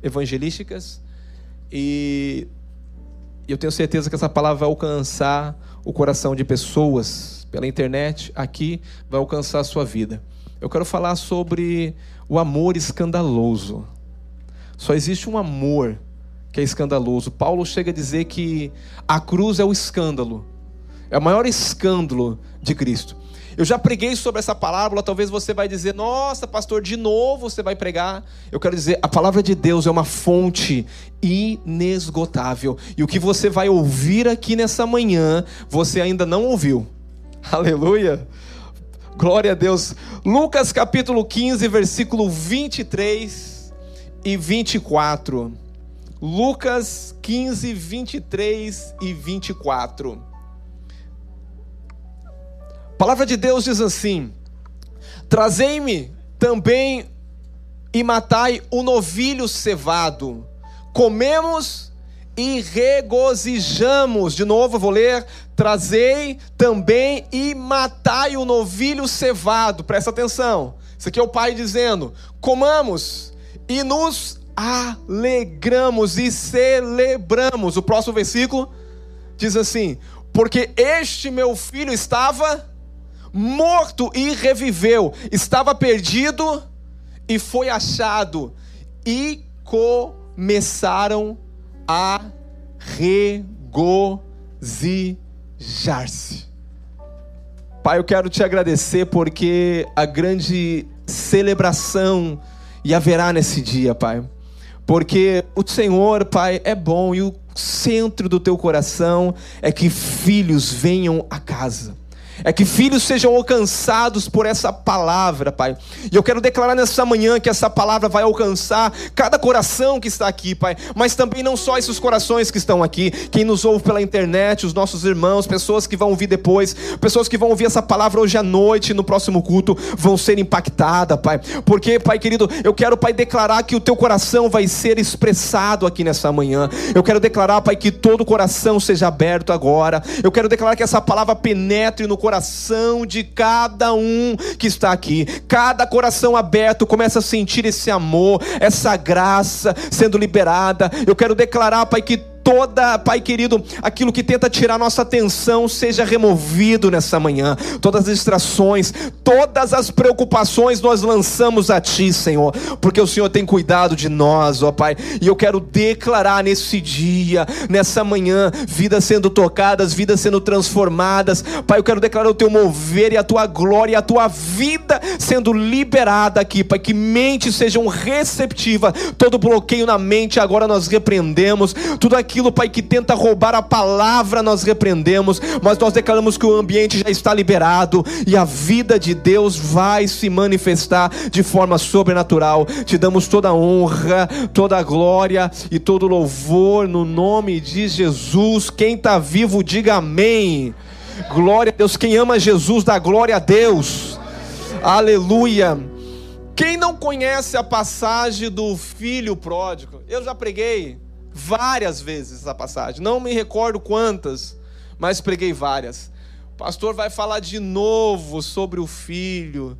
evangelísticas. E eu tenho certeza que essa palavra vai alcançar o coração de pessoas pela internet, aqui, vai alcançar a sua vida. Eu quero falar sobre o amor escandaloso. Só existe um amor que é escandaloso. Paulo chega a dizer que a cruz é o escândalo, é o maior escândalo de Cristo. Eu já preguei sobre essa parábola. Talvez você vai dizer: nossa, pastor, de novo você vai pregar. Eu quero dizer, a palavra de Deus é uma fonte inesgotável, e o que você vai ouvir aqui nessa manhã, você ainda não ouviu. Aleluia, glória a Deus. Lucas capítulo 15, versículo 23 e 24. Lucas 15, 23 e 24. A palavra de Deus diz assim: trazei-me também e matai o novilho cevado, comemos e regozijamos. De novo, eu vou ler: trazei também e matai o novilho cevado. Presta atenção, isso aqui é o Pai dizendo: comamos e nos alegramos e celebramos. O próximo versículo diz assim: porque este meu filho estava morto e reviveu, estava perdido e foi achado. E começaram a regozijar-se. Pai, eu quero te agradecer porque a grande celebração e haverá nesse dia, Pai, porque o Senhor, Pai, é bom, e o centro do teu coração é que filhos venham a casa, é que filhos sejam alcançados por essa palavra, Pai. E eu quero declarar nessa manhã que essa palavra vai alcançar cada coração que está aqui, Pai, mas também não só esses corações que estão aqui, quem nos ouve pela internet, os nossos irmãos, pessoas que vão ouvir depois, pessoas que vão ouvir essa palavra hoje à noite, no próximo culto, vão ser impactadas, Pai, porque, Pai querido, eu quero, Pai, declarar que o teu coração vai ser expressado aqui nessa manhã. Eu quero declarar, Pai, que todo o coração seja aberto agora. Eu quero declarar que essa palavra penetre no coração de cada um que está aqui. Cada coração aberto começa a sentir esse amor, essa graça sendo liberada. Eu quero declarar, Pai, que toda, Pai querido, aquilo que tenta tirar nossa atenção seja removido nessa manhã. Todas as distrações, todas as preocupações nós lançamos a Ti, Senhor, porque o Senhor tem cuidado de nós, ó Pai. E eu quero declarar nesse dia, nessa manhã, vidas sendo tocadas, vidas sendo transformadas. Pai, eu quero declarar o Teu mover e a Tua glória e a Tua vida sendo liberada aqui, Pai, que mentes sejam receptivas. Todo bloqueio na mente agora nós repreendemos. Tudo aquilo, Pai, que tenta roubar a palavra, nós repreendemos, mas nós declaramos que o ambiente já está liberado e a vida de Deus vai se manifestar de forma sobrenatural. Te damos toda a honra, toda a glória e todo o louvor no nome de Jesus. Quem está vivo, diga amém. Glória a Deus. Quem ama Jesus, dá glória a Deus. Aleluia. Quem não conhece a passagem do filho pródigo? Eu já preguei várias vezes essa passagem, não me recordo quantas, mas preguei várias. O pastor vai falar de novo sobre o filho,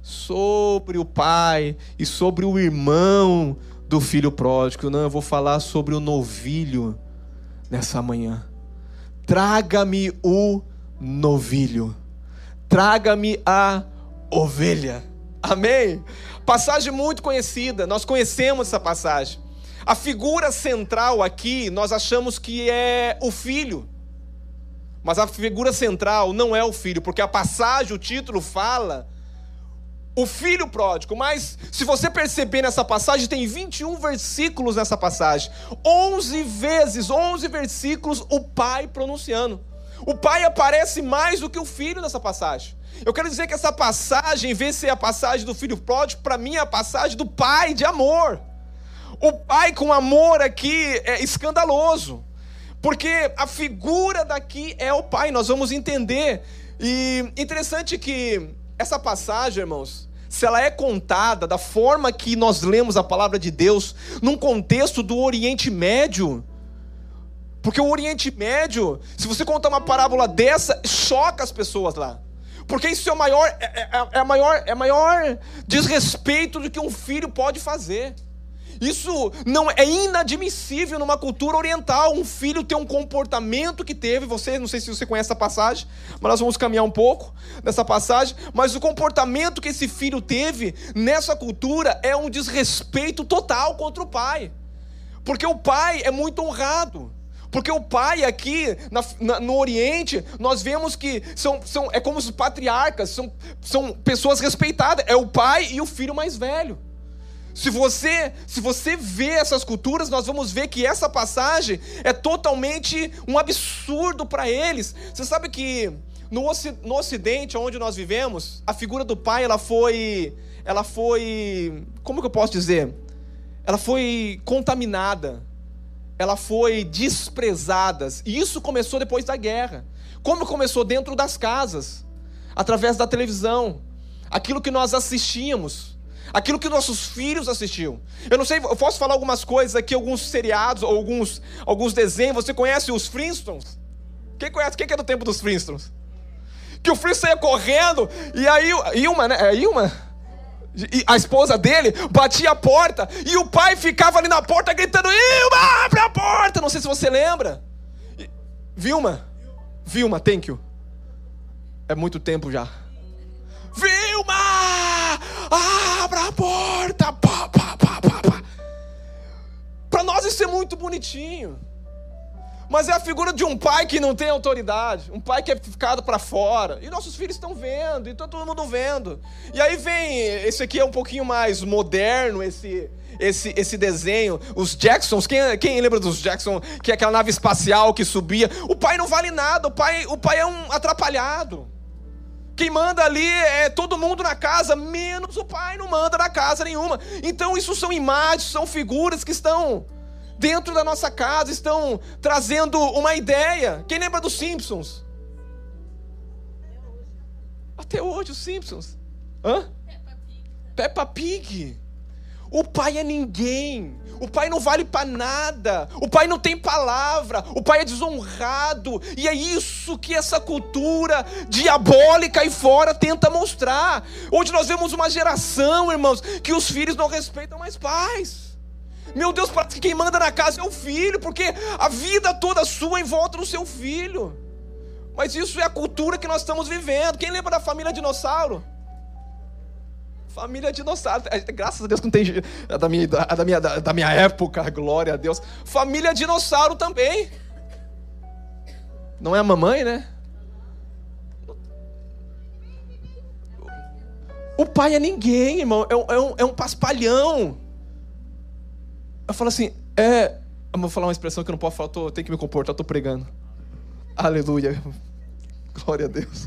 sobre o pai e sobre o irmão do filho pródigo. Não, eu vou falar sobre o novilho nessa manhã. Traga-me o novilho, traga-me a ovelha. Amém? Passagem muito conhecida, nós conhecemos essa passagem. A figura central aqui, nós achamos que é o filho, mas a figura central não é o filho, porque a passagem, o título fala o filho pródigo. Mas se você perceber nessa passagem, tem 21 versículos nessa passagem, 11 vezes, 11 versículos o pai pronunciando. O pai aparece mais do que o filho nessa passagem. Eu quero dizer que essa passagem, em vez de ser a passagem do filho pródigo, para mim é a passagem do pai de amor. O pai com amor aqui é escandaloso, porque a figura daqui é o pai, nós vamos entender. E interessante que essa passagem, irmãos, se ela é contada da forma que nós lemos a palavra de Deus, num contexto do Oriente Médio, porque o Oriente Médio, se você contar uma parábola dessa, choca as pessoas lá, porque isso é o maior desrespeito do que um filho pode fazer. Isso não é inadmissível numa cultura oriental, um filho ter um comportamento que teve. Você, não sei se você conhece essa passagem, mas nós vamos caminhar um pouco nessa passagem. Mas o comportamento que esse filho teve nessa cultura é um desrespeito total contra o pai. Porque o pai é muito honrado. Porque o pai aqui, no Oriente, nós vemos que é como os patriarcas, são pessoas respeitadas. É o pai e o filho mais velho. Se você vê essas culturas, nós vamos ver que essa passagem é totalmente um absurdo para eles. Você sabe que no Ocidente, onde nós vivemos, a figura do pai, ela foi, como que eu posso dizer? Ela foi contaminada. Ela foi desprezada. E isso começou depois da guerra. Como começou? Dentro das casas, através da televisão, aquilo que nós assistíamos, aquilo que nossos filhos assistiam. Eu não sei, eu posso falar algumas coisas aqui, alguns seriados, ou alguns desenhos. Você conhece os Flintstones? Quem conhece? Quem que é do tempo dos Flintstones? Que o Flintstone saía correndo, e aí Ilma, né? E a esposa dele batia a porta e o pai ficava ali na porta gritando: Vilma, abre a porta! Não sei se você lembra. Vilma, thank you. É muito tempo já. Vilma, abra a porta! Pá, pá, pá, pá, pá. Para nós isso é muito bonitinho. Mas é a figura de um pai que não tem autoridade, um pai que é ficado para fora. E nossos filhos estão vendo, e está todo mundo vendo. E aí vem, esse aqui é um pouquinho mais moderno, esse desenho. Os Jacksons, quem lembra dos Jacksons? Que é aquela nave espacial que subia. O pai não vale nada, o pai é um atrapalhado. Quem manda ali é todo mundo na casa, menos o pai não manda na casa nenhuma. Então isso são imagens, são figuras que estão dentro da nossa casa, estão trazendo uma ideia. Quem lembra dos Simpsons? Até hoje os Simpsons. Hã? Peppa Pig. O pai é ninguém. O pai não vale para nada. O pai não tem palavra. O pai é desonrado. E é isso que essa cultura diabólica aí fora tenta mostrar. Hoje nós vemos uma geração, irmãos, que os filhos não respeitam mais pais. Meu Deus, parece que quem manda na casa é o filho, porque a vida toda sua em volta do seu filho. Mas isso é a cultura que nós estamos vivendo. Quem lembra da família dinossauro? Família dinossauro. Graças a Deus que não tem da minha época, glória a Deus. Família dinossauro também. Não é a mamãe, né? O pai é ninguém, irmão. É um paspalhão. Eu falo assim, eu vou falar uma expressão que eu não posso falar, eu tenho que me comportar, eu estou pregando. Aleluia. Glória a Deus.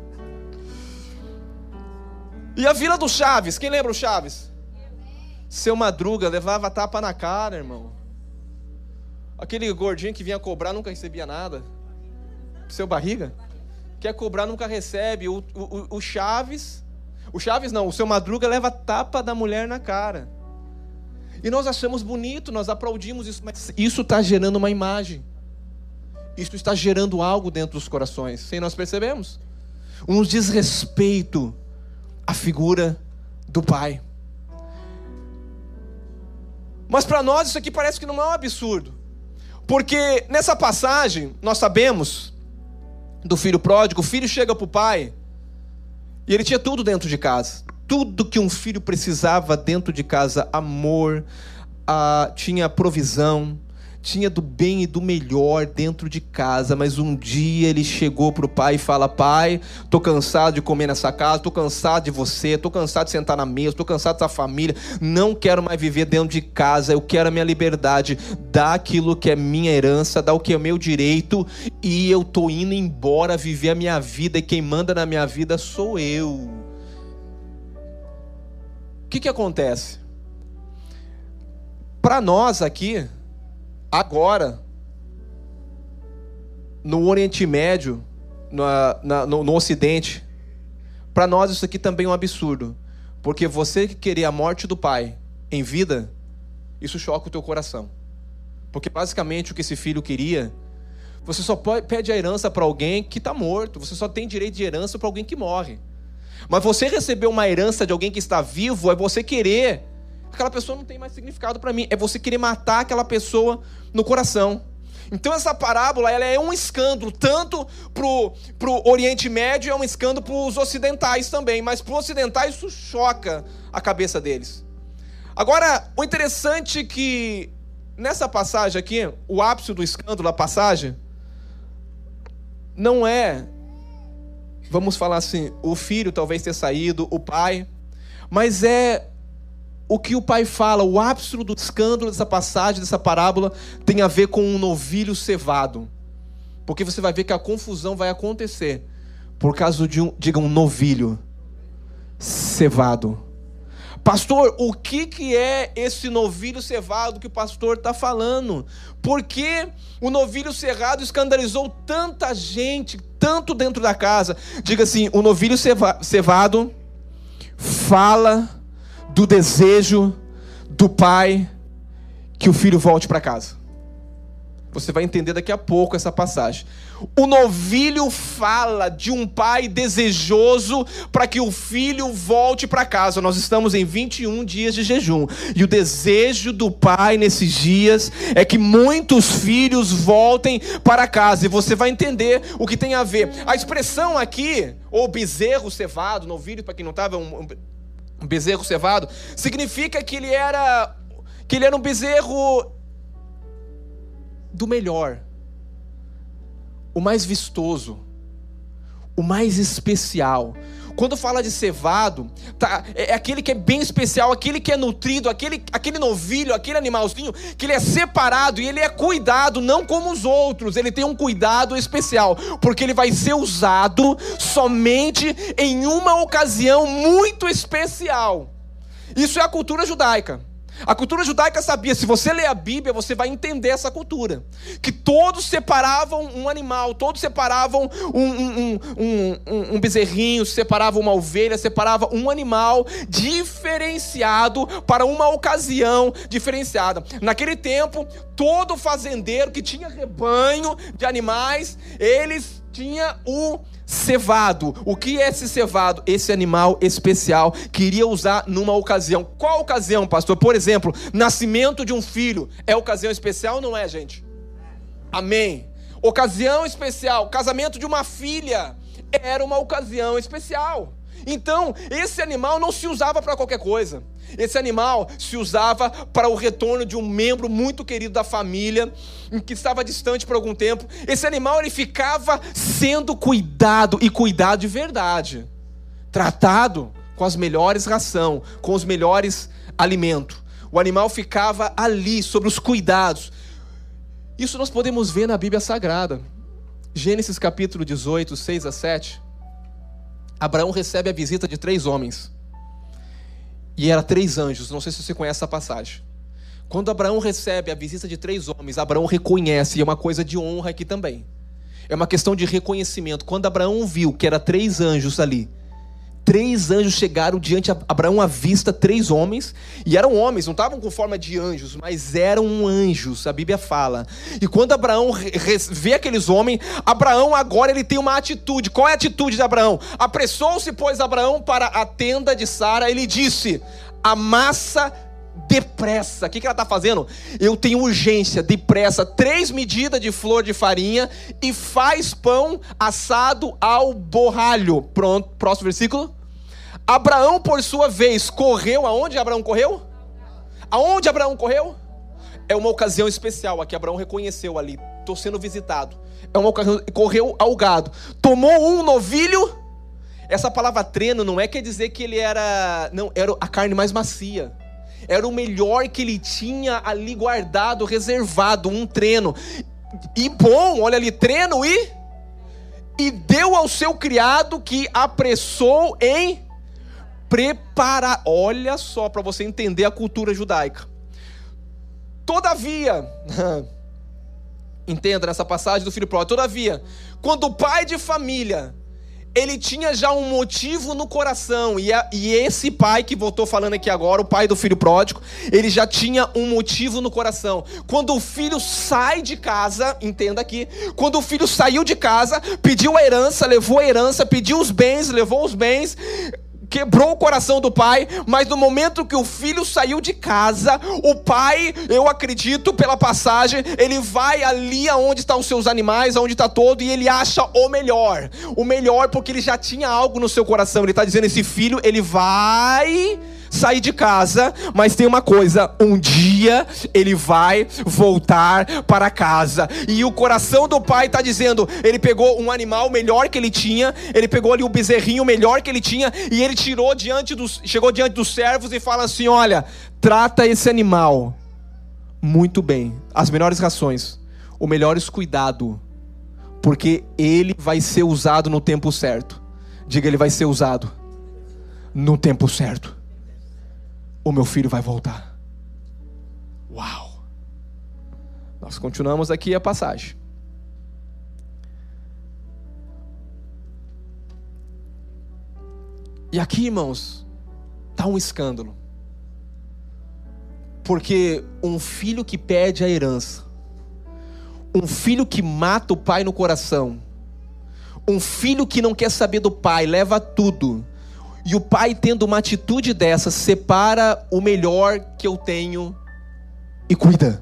E a Vila do Chaves, quem lembra o Chaves? Seu Madruga levava tapa na cara, irmão. Aquele gordinho que vinha cobrar nunca recebia nada. Seu barriga? Quer cobrar nunca recebe. O Chaves não, o Seu Madruga leva tapa da mulher na cara. E nós achamos bonito, nós aplaudimos isso, mas isso está gerando uma imagem. Isso está gerando algo dentro dos corações, sem nós percebemos. Um desrespeito à figura do pai. Mas para nós isso aqui parece que não é um absurdo. Porque nessa passagem, nós sabemos do filho pródigo, o filho chega para o pai e ele tinha tudo dentro de casa. Tudo que um filho precisava dentro de casa, amor, tinha provisão, tinha do bem e do melhor dentro de casa. Mas um dia ele chegou para o pai e fala: pai, estou cansado de comer nessa casa, estou cansado de você, estou cansado de sentar na mesa, estou cansado dessa família, não quero mais viver dentro de casa, eu quero a minha liberdade, dá aquilo que é minha herança, dá o que é meu direito, e eu estou indo embora viver a minha vida, e quem manda na minha vida sou eu. O que acontece? Para nós aqui, agora, no Oriente Médio, no Ocidente, para nós isso aqui também é um absurdo. Porque você querer a morte do pai em vida, isso choca o teu coração. Porque basicamente o que esse filho queria, você só pede a herança para alguém que está morto. Você só tem direito de herança para alguém que morre. Mas você receber uma herança de alguém que está vivo é você querer aquela pessoa não tem mais significado para mim. É você querer matar aquela pessoa no coração. Então essa parábola, ela é um escândalo, tanto pro Oriente Médio, é um escândalo para os ocidentais também, mas para os ocidentais isso choca a cabeça deles. Agora, o interessante é que nessa passagem aqui, o ápice do escândalo da passagem, não é, vamos falar assim, o filho talvez ter saído, o pai, mas é o que o pai fala. O ápice do escândalo dessa passagem, dessa parábola, tem a ver com um novilho cevado. Porque você vai ver que a confusão vai acontecer por causa de um novilho cevado. Pastor, o que é esse novilho cevado que o pastor está falando? Por que o novilho cevado escandalizou tanta gente, tanto dentro da casa? Diga assim, o novilho cevado fala do desejo do pai que o filho volte para casa. Você vai entender daqui a pouco essa passagem. O novilho fala de um pai desejoso para que o filho volte para casa. Nós estamos em 21 dias de jejum. E o desejo do pai nesses dias é que muitos filhos voltem para casa. E você vai entender o que tem a ver. A expressão aqui, ou bezerro cevado, novilho, para quem não estava, um bezerro cevado, significa que ele era um bezerro do melhor, o mais vistoso, o mais especial. Quando fala de cevado, é aquele que é bem especial, aquele que é nutrido, aquele novilho, aquele animalzinho, que ele é separado e ele é cuidado, não como os outros. Ele tem um cuidado especial, porque ele vai ser usado somente em uma ocasião muito especial. Isso é a cultura judaica. A cultura judaica sabia, se você ler a Bíblia, você vai entender essa cultura. Que todos separavam um animal, todos separavam um bezerrinho, separavam uma ovelha, separavam um animal diferenciado para uma ocasião diferenciada. Naquele tempo, todo fazendeiro que tinha rebanho de animais, eles tinham o cevado. O que é esse cevado? Esse animal especial que iria usar numa ocasião. Qual ocasião, pastor? Por exemplo, nascimento de um filho. É ocasião especial ou não é, gente? Amém. Ocasião especial. Casamento de uma filha. Era uma ocasião especial. Então, esse animal não se usava para qualquer coisa. Esse animal se usava para o retorno de um membro muito querido da família, que estava distante por algum tempo. Esse animal, ele ficava sendo cuidado, e cuidado de verdade. Tratado com as melhores ração, com os melhores alimentos. O animal ficava ali, sobre os cuidados. Isso nós podemos ver na Bíblia Sagrada. Gênesis capítulo 18, 6 a 7. Abraão recebe a visita de 3 homens. E era 3 anjos, não sei se você conhece essa passagem. Quando Abraão recebe a visita de 3 homens, Abraão reconhece, e é uma coisa de honra aqui também. É uma questão de reconhecimento. Quando Abraão viu que era 3 anjos ali, 3 anjos chegaram diante de Abraão à vista, 3 homens, e eram homens, não estavam com forma de anjos, mas eram anjos, a Bíblia fala. E quando Abraão vê aqueles homens, Abraão agora ele tem uma atitude. Qual é a atitude de Abraão? Apressou-se, pois, Abraão para a tenda de Sara, ele disse: amassa depressa. O que ela está fazendo? Eu tenho urgência, depressa, 3 medidas de flor de farinha e faz pão assado ao borralho. Pronto, próximo versículo. Abraão, por sua vez, correu. Aonde Abraão correu? Aonde Abraão correu? É uma ocasião especial. Aqui Abraão reconheceu ali: estou sendo visitado. É uma ocasião. Correu ao gado, tomou um novilho. Essa palavra treno não quer dizer que ele era... Não, era a carne mais macia. Era o melhor que ele tinha ali guardado, reservado, um treno. E bom, olha ali, treno e deu ao seu criado, que apressou em preparar. Olha só, para você entender a cultura judaica. Todavia, entenda nessa passagem do filho pródigo, todavia, quando o pai de família, ele tinha já um motivo no coração, e esse pai que voltou falando aqui agora, o pai do filho pródigo, ele já tinha um motivo no coração. Quando o filho sai de casa, entenda aqui, quando o filho saiu de casa, pediu a herança, levou a herança, pediu os bens, levou os bens, quebrou o coração do pai, mas no momento que o filho saiu de casa, o pai, eu acredito pela passagem, ele vai ali aonde estão os seus animais, aonde está todo, e ele acha o melhor porque ele já tinha algo no seu coração. Ele está dizendo, esse filho, ele vai sair de casa, mas tem uma coisa, um dia ele vai voltar para casa. E o coração do pai está dizendo, ele pegou um animal melhor que ele tinha, ele pegou ali o bezerrinho melhor que ele tinha, e ele chegou diante dos servos e fala assim, olha, trata esse animal muito bem, as melhores rações, o melhor cuidado, porque ele vai ser usado no tempo certo. Diga, ele vai ser usado no tempo certo. O meu filho vai voltar. Uau! Nós continuamos aqui a passagem. E aqui, irmãos, está um escândalo. Porque um filho que perde a herança, um filho que mata o pai no coração, um filho que não quer saber do pai, leva tudo, e o pai, tendo uma atitude dessa, separa o melhor que eu tenho e cuida.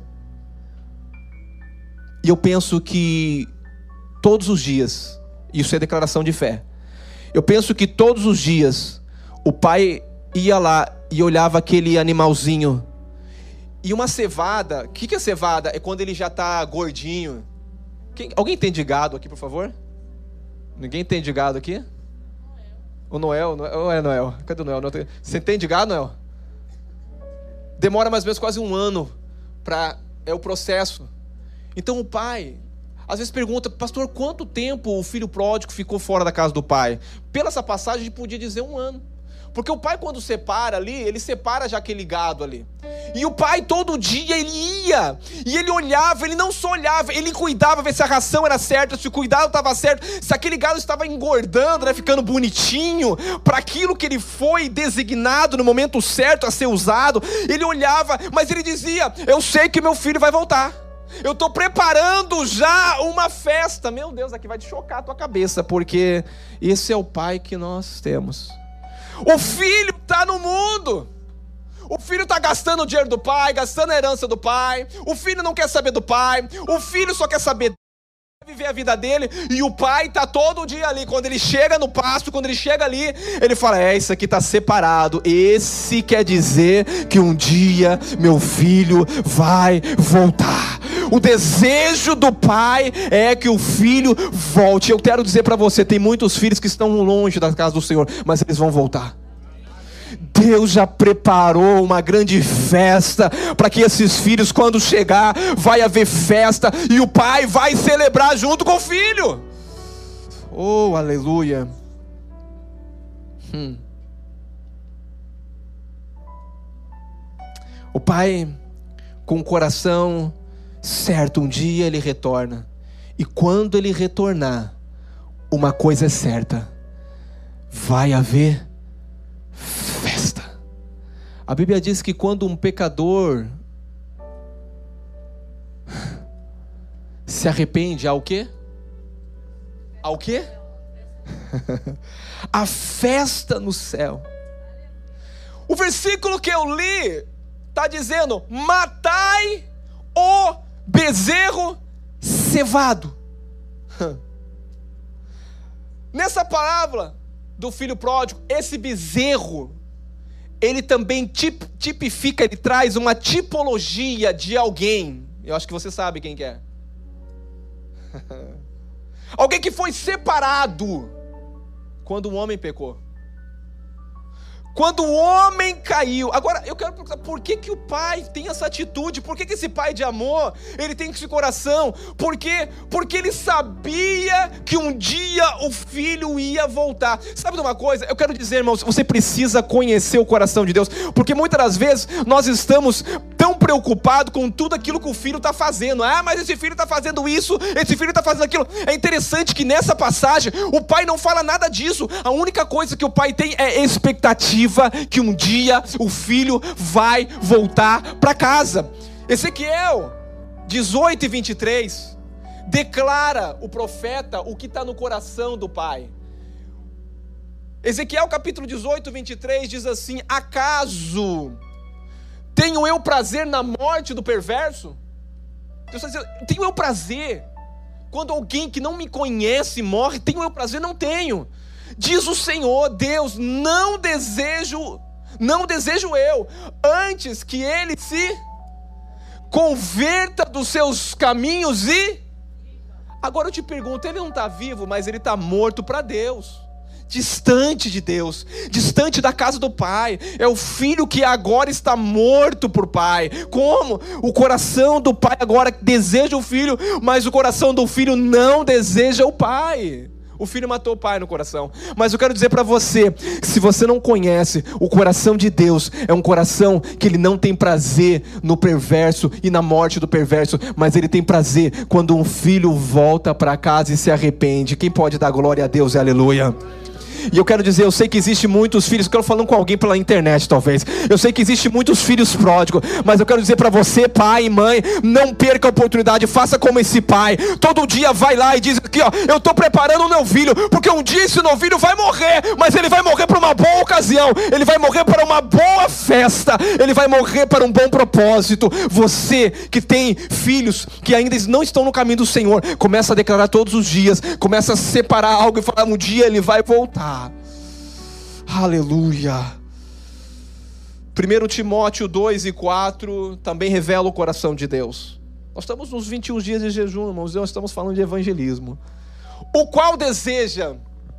E eu penso que todos os dias, isso é declaração de fé, eu penso que todos os dias o pai ia lá e olhava aquele animalzinho. E uma cevada, o que é cevada? É quando ele já está gordinho. Alguém tem de gado aqui, por favor? Ninguém tem de gado aqui? O Noel, ou é Noel? Cadê o Noel? Você tem de gado, Noel? Demora mais ou menos quase um ano é o processo. Então o pai, às vezes pergunta, pastor, quanto tempo o filho pródigo ficou fora da casa do pai? Pela essa passagem a gente podia dizer 1 ano. Porque o pai, quando separa ali, ele separa já aquele gado ali. E o pai todo dia ele ia, e ele olhava, ele não só olhava, ele cuidava, ver se a ração era certa, se o cuidado estava certo, se aquele gado estava engordando, né, ficando bonitinho, para aquilo que ele foi designado no momento certo a ser usado. Ele olhava, mas ele dizia, eu sei que meu filho vai voltar. Eu estou preparando já uma festa. Meu Deus, aqui vai te chocar a tua cabeça, porque esse é o pai que nós temos. O filho está no mundo. O filho está gastando o dinheiro do pai, gastando a herança do pai. O filho não quer saber do pai. O filho só quer saber viver a vida dele. E o pai está todo dia ali. Quando ele chega no pasto, quando ele chega ali, ele fala, isso aqui está separado. Esse quer dizer que um dia meu filho vai voltar. O desejo do pai é que o filho volte. Eu quero dizer para você, tem muitos filhos que estão longe da casa do Senhor, mas eles vão voltar. Deus já preparou uma grande festa para que esses filhos, quando chegar, vai haver festa e o pai vai celebrar junto com o filho. Oh, aleluia. O pai, com o coração certo, um dia ele retorna. E quando ele retornar, uma coisa é certa: vai haver festa. A Bíblia diz que quando um pecador se arrepende, ao quê? Ao quê? A festa no céu. O versículo que eu li está dizendo: matai o bezerro cevado. Nessa palavra do filho pródigo, esse bezerro, ele também tipifica, ele traz uma tipologia de alguém. Eu acho que você sabe quem que é. Alguém que foi separado quando o homem pecou. Quando o homem caiu. Agora, eu quero perguntar, por que o pai tem essa atitude? Por que esse pai de amor, ele tem esse coração? Por quê? Porque ele sabia que um dia o filho ia voltar. Sabe de uma coisa? Eu quero dizer, irmãos, você precisa conhecer o coração de Deus. Porque muitas das vezes nós estamos tão preocupados com tudo aquilo que o filho está fazendo. Mas esse filho está fazendo isso, esse filho está fazendo aquilo. É interessante que nessa passagem o pai não fala nada disso. A única coisa que o pai tem é expectativa que um dia o filho vai voltar para casa. Ezequiel 18:23 declara o profeta o que está no coração do pai. Ezequiel capítulo 18, 23 diz assim: acaso tenho eu prazer na morte do perverso? Deus está dizendo, tenho eu prazer quando alguém que não me conhece morre? Tenho eu prazer? Não tenho. Diz o Senhor Deus: não desejo eu, antes que ele se converta dos seus caminhos e... Agora eu te pergunto, ele não está vivo, mas ele está morto para Deus, distante de Deus, distante da casa do Pai. É o filho que agora está morto por Pai. Como? O coração do Pai agora deseja o filho, mas o coração do filho não deseja o Pai. O filho matou o pai no coração. Mas eu quero dizer para você, se você não conhece, o coração de Deus é um coração que ele não tem prazer no perverso e na morte do perverso, mas ele tem prazer quando um filho volta para casa e se arrepende. Quem pode dar glória a Deus? Aleluia. E eu quero dizer, eu sei que existe muitos filhos, eu quero falando com alguém pela internet talvez, eu sei que existe muitos filhos pródigos, mas eu quero dizer para você, pai e mãe, não perca a oportunidade, faça como esse pai, todo dia vai lá e diz aqui, ó, eu estou preparando o novilho, porque um dia esse novilho vai morrer, mas ele vai morrer para uma boa ocasião, ele vai morrer para uma boa festa, ele vai morrer para um bom propósito. Você que tem filhos que ainda não estão no caminho do Senhor, começa a declarar todos os dias, começa a separar algo e falar, um dia ele vai voltar. Aleluia. 1 Timóteo 2 e 4 também revela o coração de Deus. Nós estamos nos 21 dias de jejum, irmãos, nós estamos falando de evangelismo. O qual deseja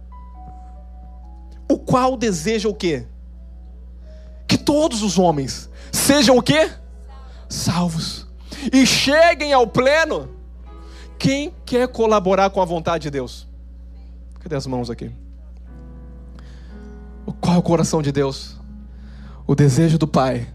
o quê? Que todos os homens sejam o quê? Salvos e cheguem ao pleno. Quem quer colaborar com a vontade de Deus? Cadê as mãos aqui? Qual é o coração de Deus? O desejo do Pai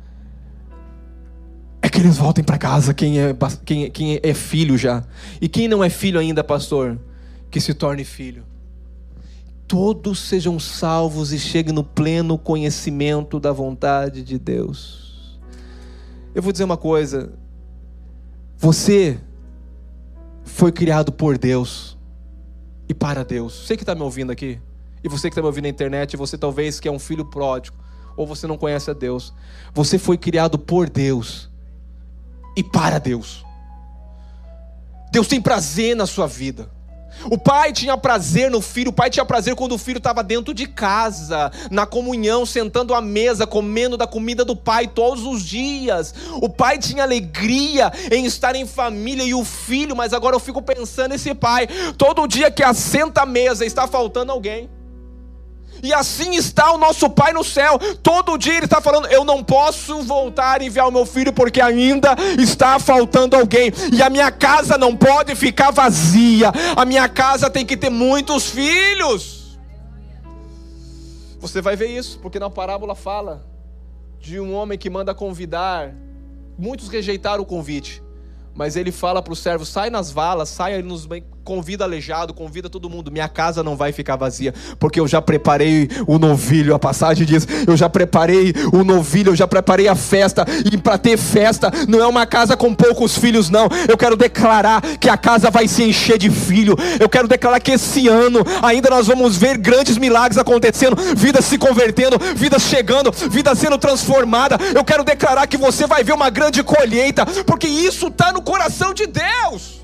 é que eles voltem para casa, quem é filho já. E quem não é filho ainda, pastor, que se torne filho. Todos sejam salvos e cheguem no pleno conhecimento da vontade de Deus. Eu vou dizer uma coisa. Você foi criado por Deus e para Deus. Você que está me ouvindo aqui, e você que está me ouvindo na internet, você talvez que é um filho pródigo, ou você não conhece a Deus, você foi criado por Deus e para Deus. Deus tem prazer na sua vida. O pai tinha prazer no filho, o pai tinha prazer quando o filho estava dentro de casa, na comunhão, sentando à mesa, comendo da comida do pai todos os dias. O pai tinha alegria em estar em família, e o filho, mas agora eu fico pensando, esse pai, todo dia que assenta à mesa, está faltando alguém. E assim está o nosso Pai no céu. Todo dia Ele está falando, eu não posso voltar e enviar o meu filho, porque ainda está faltando alguém. E a minha casa não pode ficar vazia. A minha casa tem que ter muitos filhos. Você vai ver isso, porque na parábola fala de um homem que manda convidar. Muitos rejeitaram o convite, mas ele fala para o servo, sai nas valas, sai aí nos... convida aleijado, convida todo mundo. Minha casa não vai ficar vazia, porque eu já preparei o novilho. A passagem diz, eu já preparei o novilho, eu já preparei a festa. E para ter festa, não é uma casa com poucos filhos, não. Eu quero declarar que a casa vai se encher de filho. Eu quero declarar que esse ano ainda nós vamos ver grandes milagres acontecendo, vidas se convertendo, vidas chegando, vidas sendo transformadas. Eu quero declarar que você vai ver uma grande colheita, porque isso está no coração de Deus.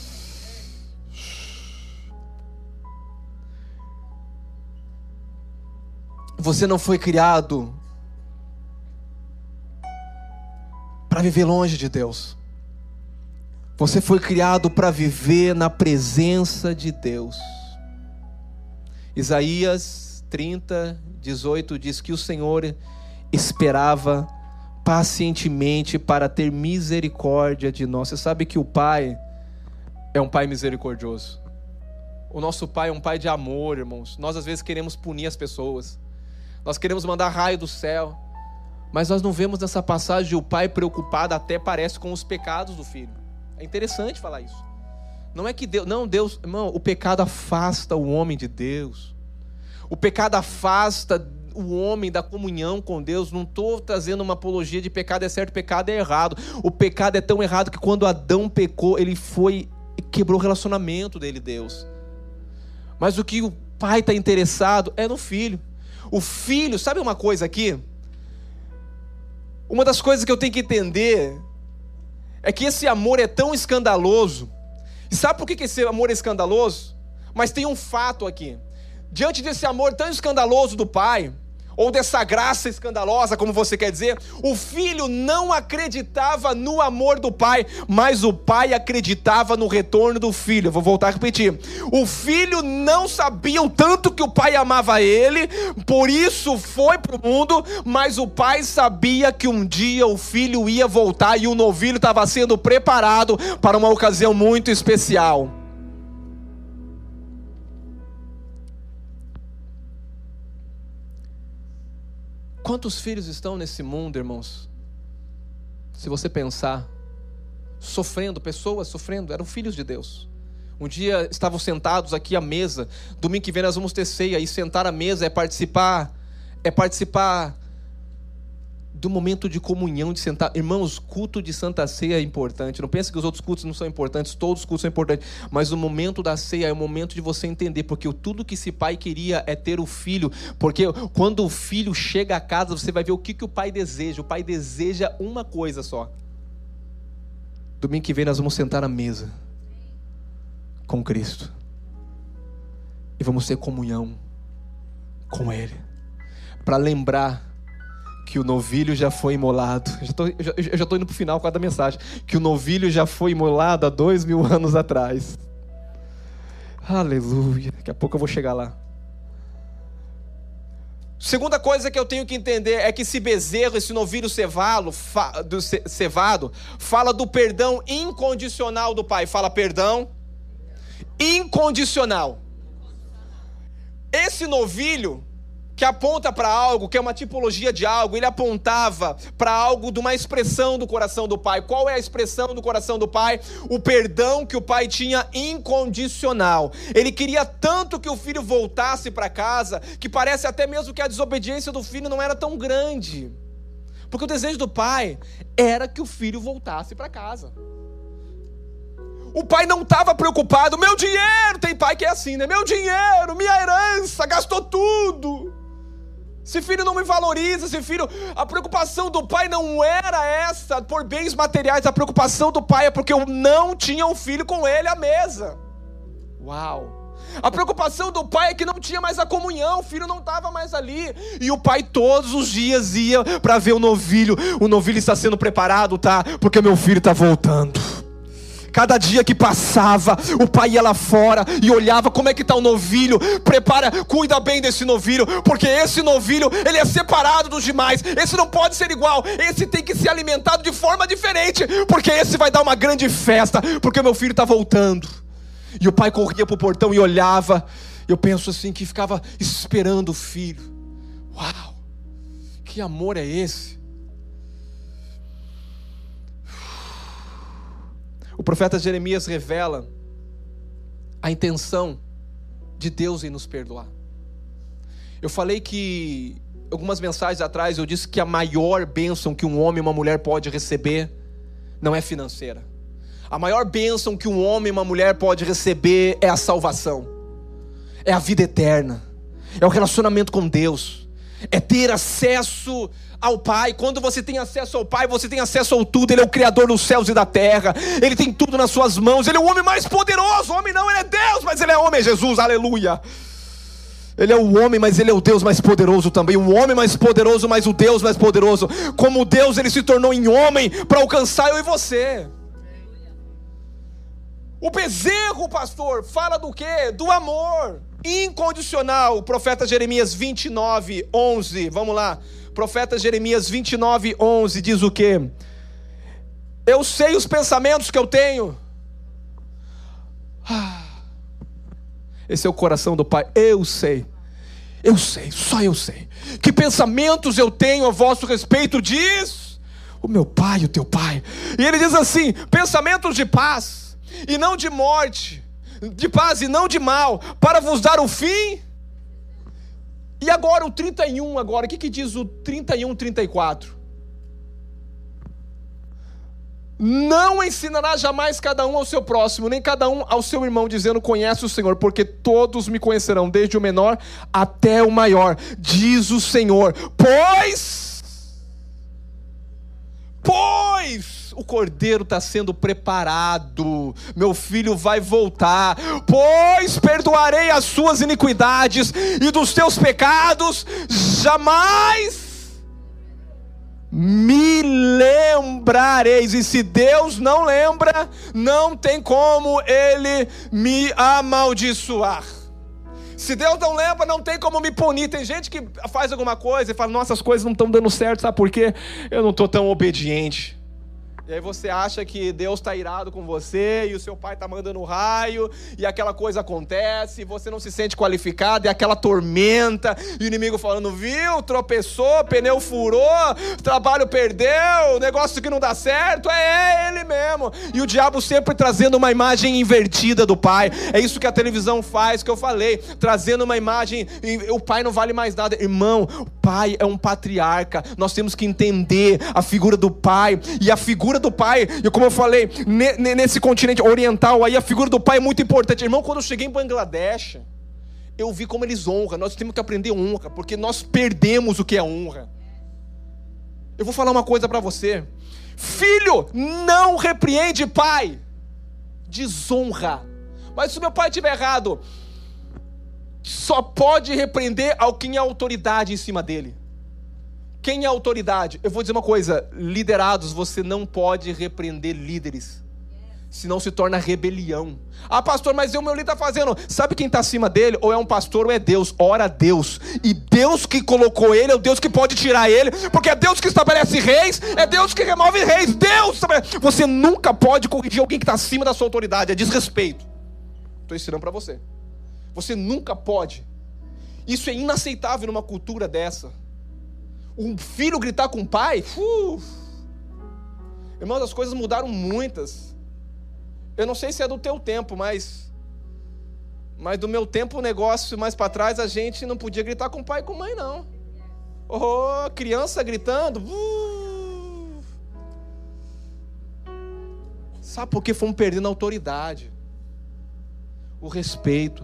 Você não foi criado para viver longe de Deus. Você foi criado para viver na presença de Deus. Isaías 30, 18 diz que o Senhor esperava pacientemente para ter misericórdia de nós. Você sabe que o Pai é um Pai misericordioso. O nosso Pai é um Pai de amor, irmãos. Nós às vezes queremos punir as pessoas. Nós queremos mandar raio do céu, mas nós não vemos nessa passagem o pai preocupado, até parece, com os pecados do filho. É interessante falar isso. Não é que Deus, não, Deus, irmão, o pecado afasta o homem de Deus. O pecado afasta o homem da comunhão com Deus. Não estou trazendo uma apologia de pecado é certo, pecado é errado. O pecado é tão errado que quando Adão pecou, ele quebrou o relacionamento dele, Deus. Mas o que pai está interessado é no filho. O filho, sabe uma coisa aqui? Uma das coisas que eu tenho que entender é que esse amor é tão escandaloso. E sabe por que esse amor é escandaloso? Mas tem um fato aqui. Diante desse amor tão escandaloso do pai, ou dessa graça escandalosa, como você quer dizer, o filho não acreditava no amor do pai, mas o pai acreditava no retorno do filho. Eu vou voltar a repetir. O filho não sabia o tanto que o pai amava ele, por isso foi para o mundo, mas o pai sabia que um dia o filho ia voltar e o novilho estava sendo preparado para uma ocasião muito especial. Quantos filhos estão nesse mundo, irmãos? Se você pensar, sofrendo, pessoas sofrendo, eram filhos de Deus. Um dia estavam sentados aqui à mesa, domingo que vem nós vamos ter ceia, e sentar à mesa é participar do momento de comunhão, de sentar. Irmãos, culto de Santa Ceia é importante. Não pense que os outros cultos não são importantes, todos os cultos são importantes, mas o momento da ceia é o momento de você entender, porque tudo que esse pai queria é ter o filho, porque quando o filho chega a casa, você vai ver o que o pai deseja. O pai deseja uma coisa só. Domingo que vem nós vamos sentar à mesa com Cristo e vamos ter comunhão com Ele, para lembrar que o novilho já foi imolado. Eu já estou indo para o final com a mensagem. Que o novilho já foi imolado há 2000 anos atrás. Aleluia. Daqui a pouco eu vou chegar lá. Segunda coisa que eu tenho que entender é que esse bezerro, esse novilho cevado, fala do perdão incondicional do pai. Fala perdão incondicional. Esse novilho que aponta para algo, que é uma tipologia de algo, ele apontava para algo de uma expressão do coração do pai. Qual é a expressão do coração do pai? O perdão que o pai tinha incondicional. Ele queria tanto que o filho voltasse para casa, que parece até mesmo que a desobediência do filho não era tão grande. Porque o desejo do pai era que o filho voltasse para casa. O pai não estava preocupado. Meu dinheiro, tem pai que é assim, né? Meu dinheiro, minha herança, gastou tudo. Esse filho não me valoriza, esse filho... A preocupação do pai não era essa, por bens materiais. A preocupação do pai é porque eu não tinha um filho com ele à mesa. Uau! A preocupação do pai é que não tinha mais a comunhão, o filho não estava mais ali. E o pai todos os dias ia para ver o novilho. O novilho está sendo preparado, tá? Porque o meu filho está voltando. Cada dia que passava, o pai ia lá fora e olhava como é que está o novilho. Prepara, cuida bem desse novilho, porque esse novilho, ele é separado dos demais. Esse não pode ser igual, esse tem que ser alimentado de forma diferente, porque esse vai dar uma grande festa, porque o meu filho está voltando. E o pai corria para o portão e olhava. Eu penso assim, que ficava esperando o filho. Uau, que amor é esse? O profeta Jeremias revela a intenção de Deus em nos perdoar. Eu falei que, algumas mensagens atrás, eu disse que a maior bênção que um homem e uma mulher pode receber não é financeira. A maior bênção que um homem e uma mulher pode receber é a salvação, é a vida eterna, é o relacionamento com Deus, é ter acesso ao Pai. Quando você tem acesso ao Pai, você tem acesso ao tudo. Ele é o Criador dos céus e da terra, Ele tem tudo nas suas mãos. Ele é o homem mais poderoso. O homem não, Ele é Deus, mas Ele é homem, é Jesus, aleluia. Ele é o homem, mas Ele é o Deus mais poderoso também. O homem mais poderoso, mas o Deus mais poderoso. Como Deus, Ele se tornou em homem para alcançar eu e você. O bezerro, pastor, fala do quê? Do amor incondicional. O profeta Jeremias 29:11, vamos lá. Profeta Jeremias 29:11 diz o quê? Eu sei os pensamentos que eu tenho. Esse é o coração do Pai. Eu sei, só eu sei. Que pensamentos eu tenho a vosso respeito, diz o meu Pai, o teu Pai. E ele diz assim: pensamentos de paz e não de morte, de paz e não de mal, para vos dar o fim. E agora o 31, o que diz o 31:34? Não ensinará jamais cada um ao seu próximo, nem cada um ao seu irmão, dizendo: conhece o Senhor, porque todos me conhecerão, desde o menor até o maior, diz o Senhor. Pois o cordeiro está sendo preparado, meu filho vai voltar. Pois perdoarei as suas iniquidades e dos teus pecados jamais me lembrareis. E se Deus não lembra, não tem como Ele me amaldiçoar. Se Deus não lembra, não tem como me punir. Tem gente que faz alguma coisa e fala: nossa, as coisas não estão dando certo, sabe por quê? Eu não estou tão obediente. E aí você acha que Deus está irado com você, e o seu pai está mandando raio, e aquela coisa acontece, e você não se sente qualificado, e aquela tormenta, e o inimigo falando: viu, tropeçou, pneu furou, trabalho perdeu, negócio que não dá certo, é ele mesmo. E o diabo sempre trazendo uma imagem invertida do pai. É isso que a televisão faz, que eu falei, trazendo uma imagem: o pai não vale mais nada. Irmão, o pai é um patriarca, nós temos que entender a figura do pai, e a figura do pai, e como eu falei, nesse continente oriental aí, a figura do pai é muito importante. Irmão, quando eu cheguei em Bangladesh, eu vi como eles honram. Nós temos que aprender honra, porque nós perdemos o que é honra. Eu vou falar uma coisa para você: filho não repreende pai, desonra. Mas se meu pai estiver errado, só pode repreender ao quem é autoridade em cima dele. Quem é autoridade? Eu vou dizer uma coisa: liderados, você não pode repreender líderes, senão se torna rebelião. Ah, pastor, mas o meu líder está fazendo. Sabe quem está acima dele? Ou é um pastor ou é Deus. Ora a Deus. E Deus que colocou ele é o Deus que pode tirar ele, porque é Deus que estabelece reis, é Deus que remove reis. Deus estabelece. Você nunca pode corrigir alguém que está acima da sua autoridade. É desrespeito. Estou ensinando para você. Você nunca pode. Isso é inaceitável numa cultura dessa. Um filho gritar com o pai, irmãos, as coisas mudaram muitas. Eu não sei se é do teu tempo, mas do meu tempo, o negócio mais para trás, a gente não podia gritar com o pai e com a mãe, não. Oh, criança gritando. Sabe por que fomos perdendo a autoridade? O respeito.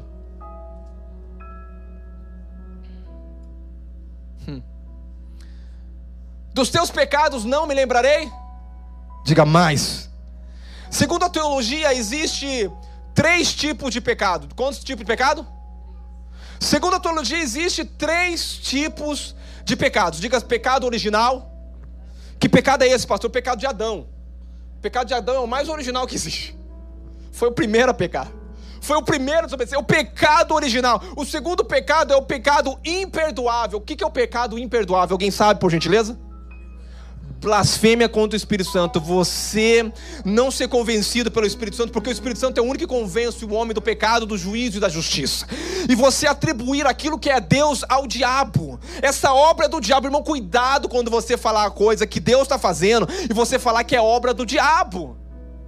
Dos teus pecados não me lembrarei? Diga mais. Segundo a teologia, existe 3 tipos de pecado. Quantos tipos de pecado? Segundo a teologia, existe 3 tipos de pecados. Diga: pecado original. Que pecado é esse, pastor? O pecado de Adão. O pecado de Adão é o mais original que existe. Foi o primeiro a pecar. Foi o primeiro a desobedecer. O pecado original. O segundo pecado é o pecado imperdoável. O que é o pecado imperdoável? Alguém sabe, por gentileza? Blasfêmia contra o Espírito Santo. Você não ser convencido pelo Espírito Santo, porque o Espírito Santo é o único que convence o homem do pecado, do juízo e da justiça. E você atribuir aquilo que é Deus ao diabo. Essa obra é do diabo. Irmão, cuidado quando você falar a coisa que Deus está fazendo e você falar que é obra do diabo.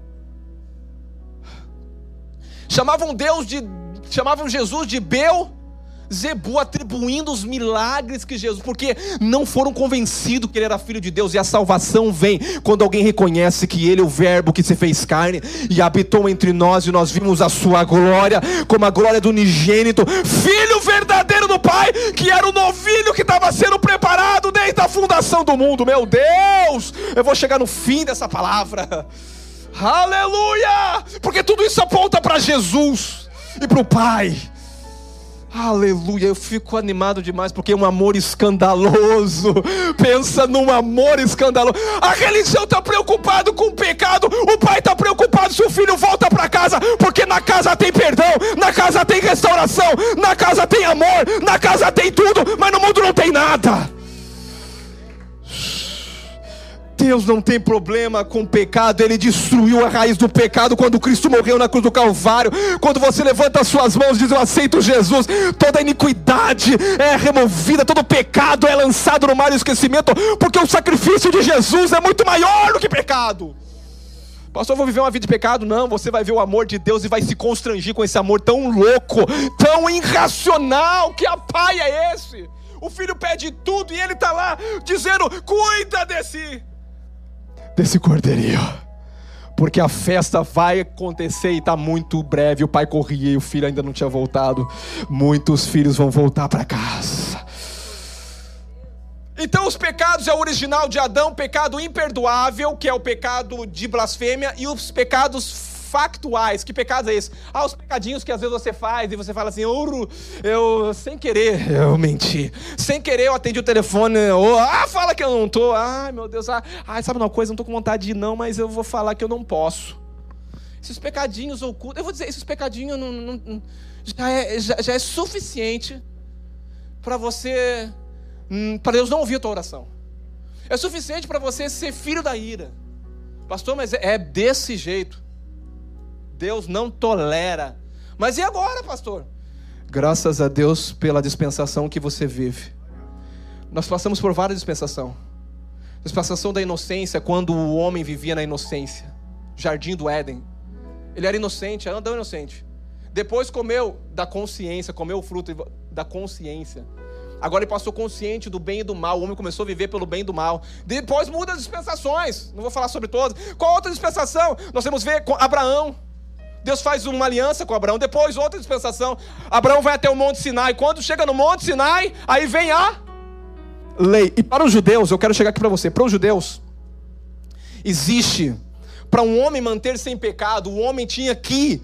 Chamavam Jesus de Zebu, atribuindo os milagres que Jesus, porque não foram convencidos que ele era filho de Deus. E a salvação vem quando alguém reconhece que ele é o verbo que se fez carne e habitou entre nós, e nós vimos a sua glória, como a glória do unigênito, filho verdadeiro do Pai, que era o novilho que estava sendo preparado desde a fundação do mundo. Meu Deus, eu vou chegar no fim dessa palavra. Aleluia, porque tudo isso aponta para Jesus e para o Pai. Aleluia, eu fico animado demais, porque é um amor escandaloso. Pensa num amor escandaloso. A religião está preocupada com o pecado, o pai está preocupado se o filho volta para casa, porque na casa tem perdão, na casa tem restauração, na casa tem amor, na casa tem tudo, mas no mundo não tem nada. Deus não tem problema com o pecado. Ele destruiu a raiz do pecado quando Cristo morreu na cruz do Calvário. Quando você levanta as suas mãos e diz: eu aceito Jesus, toda iniquidade é removida, todo pecado é lançado no mar do esquecimento, porque o sacrifício de Jesus é muito maior do que pecado. Pastor, eu vou viver uma vida de pecado? Não, você vai ver o amor de Deus e vai se constrangir com esse amor tão louco, tão irracional. Que pai é esse? O filho pede tudo e ele está lá dizendo: cuida desse cordeirinho, porque a festa vai acontecer e está muito breve. O pai corria e o filho ainda não tinha voltado. Muitos filhos vão voltar para casa. Então os pecados é o original de Adão, pecado imperdoável, que é o pecado de blasfêmia, e os pecados factuais. Que pecados é esse? Os pecadinhos que às vezes você faz e você fala assim, eu sem querer eu menti, sem querer eu atendi o telefone, fala que eu não tô, ai meu Deus, sabe uma coisa, não tô com vontade de ir não, mas eu vou falar que eu não posso. Esses pecadinhos ocultos, eu vou dizer, esses pecadinhos já é suficiente para você, para Deus não ouvir a tua oração. É suficiente para você ser filho da ira. Pastor, mas é desse jeito. Deus não tolera. Mas e agora, pastor? Graças a Deus pela dispensação que você vive. Nós passamos por várias dispensações. Dispensação da inocência, quando o homem vivia na inocência. Jardim do Éden. Ele era inocente, Adão inocente. Depois comeu da consciência, comeu o fruto da consciência. Agora ele passou consciente do bem e do mal. O homem começou a viver pelo bem e do mal. Depois muda as dispensações. Não vou falar sobre todas. Qual outra dispensação? Nós temos ver com Abraão. Deus faz uma aliança com Abraão. Depois outra dispensação. Abraão vai até o Monte Sinai. Quando chega no Monte Sinai, aí vem a lei. E para os judeus, eu quero chegar aqui para você. Para os judeus, existe, para um homem manter sem pecado, o homem tinha que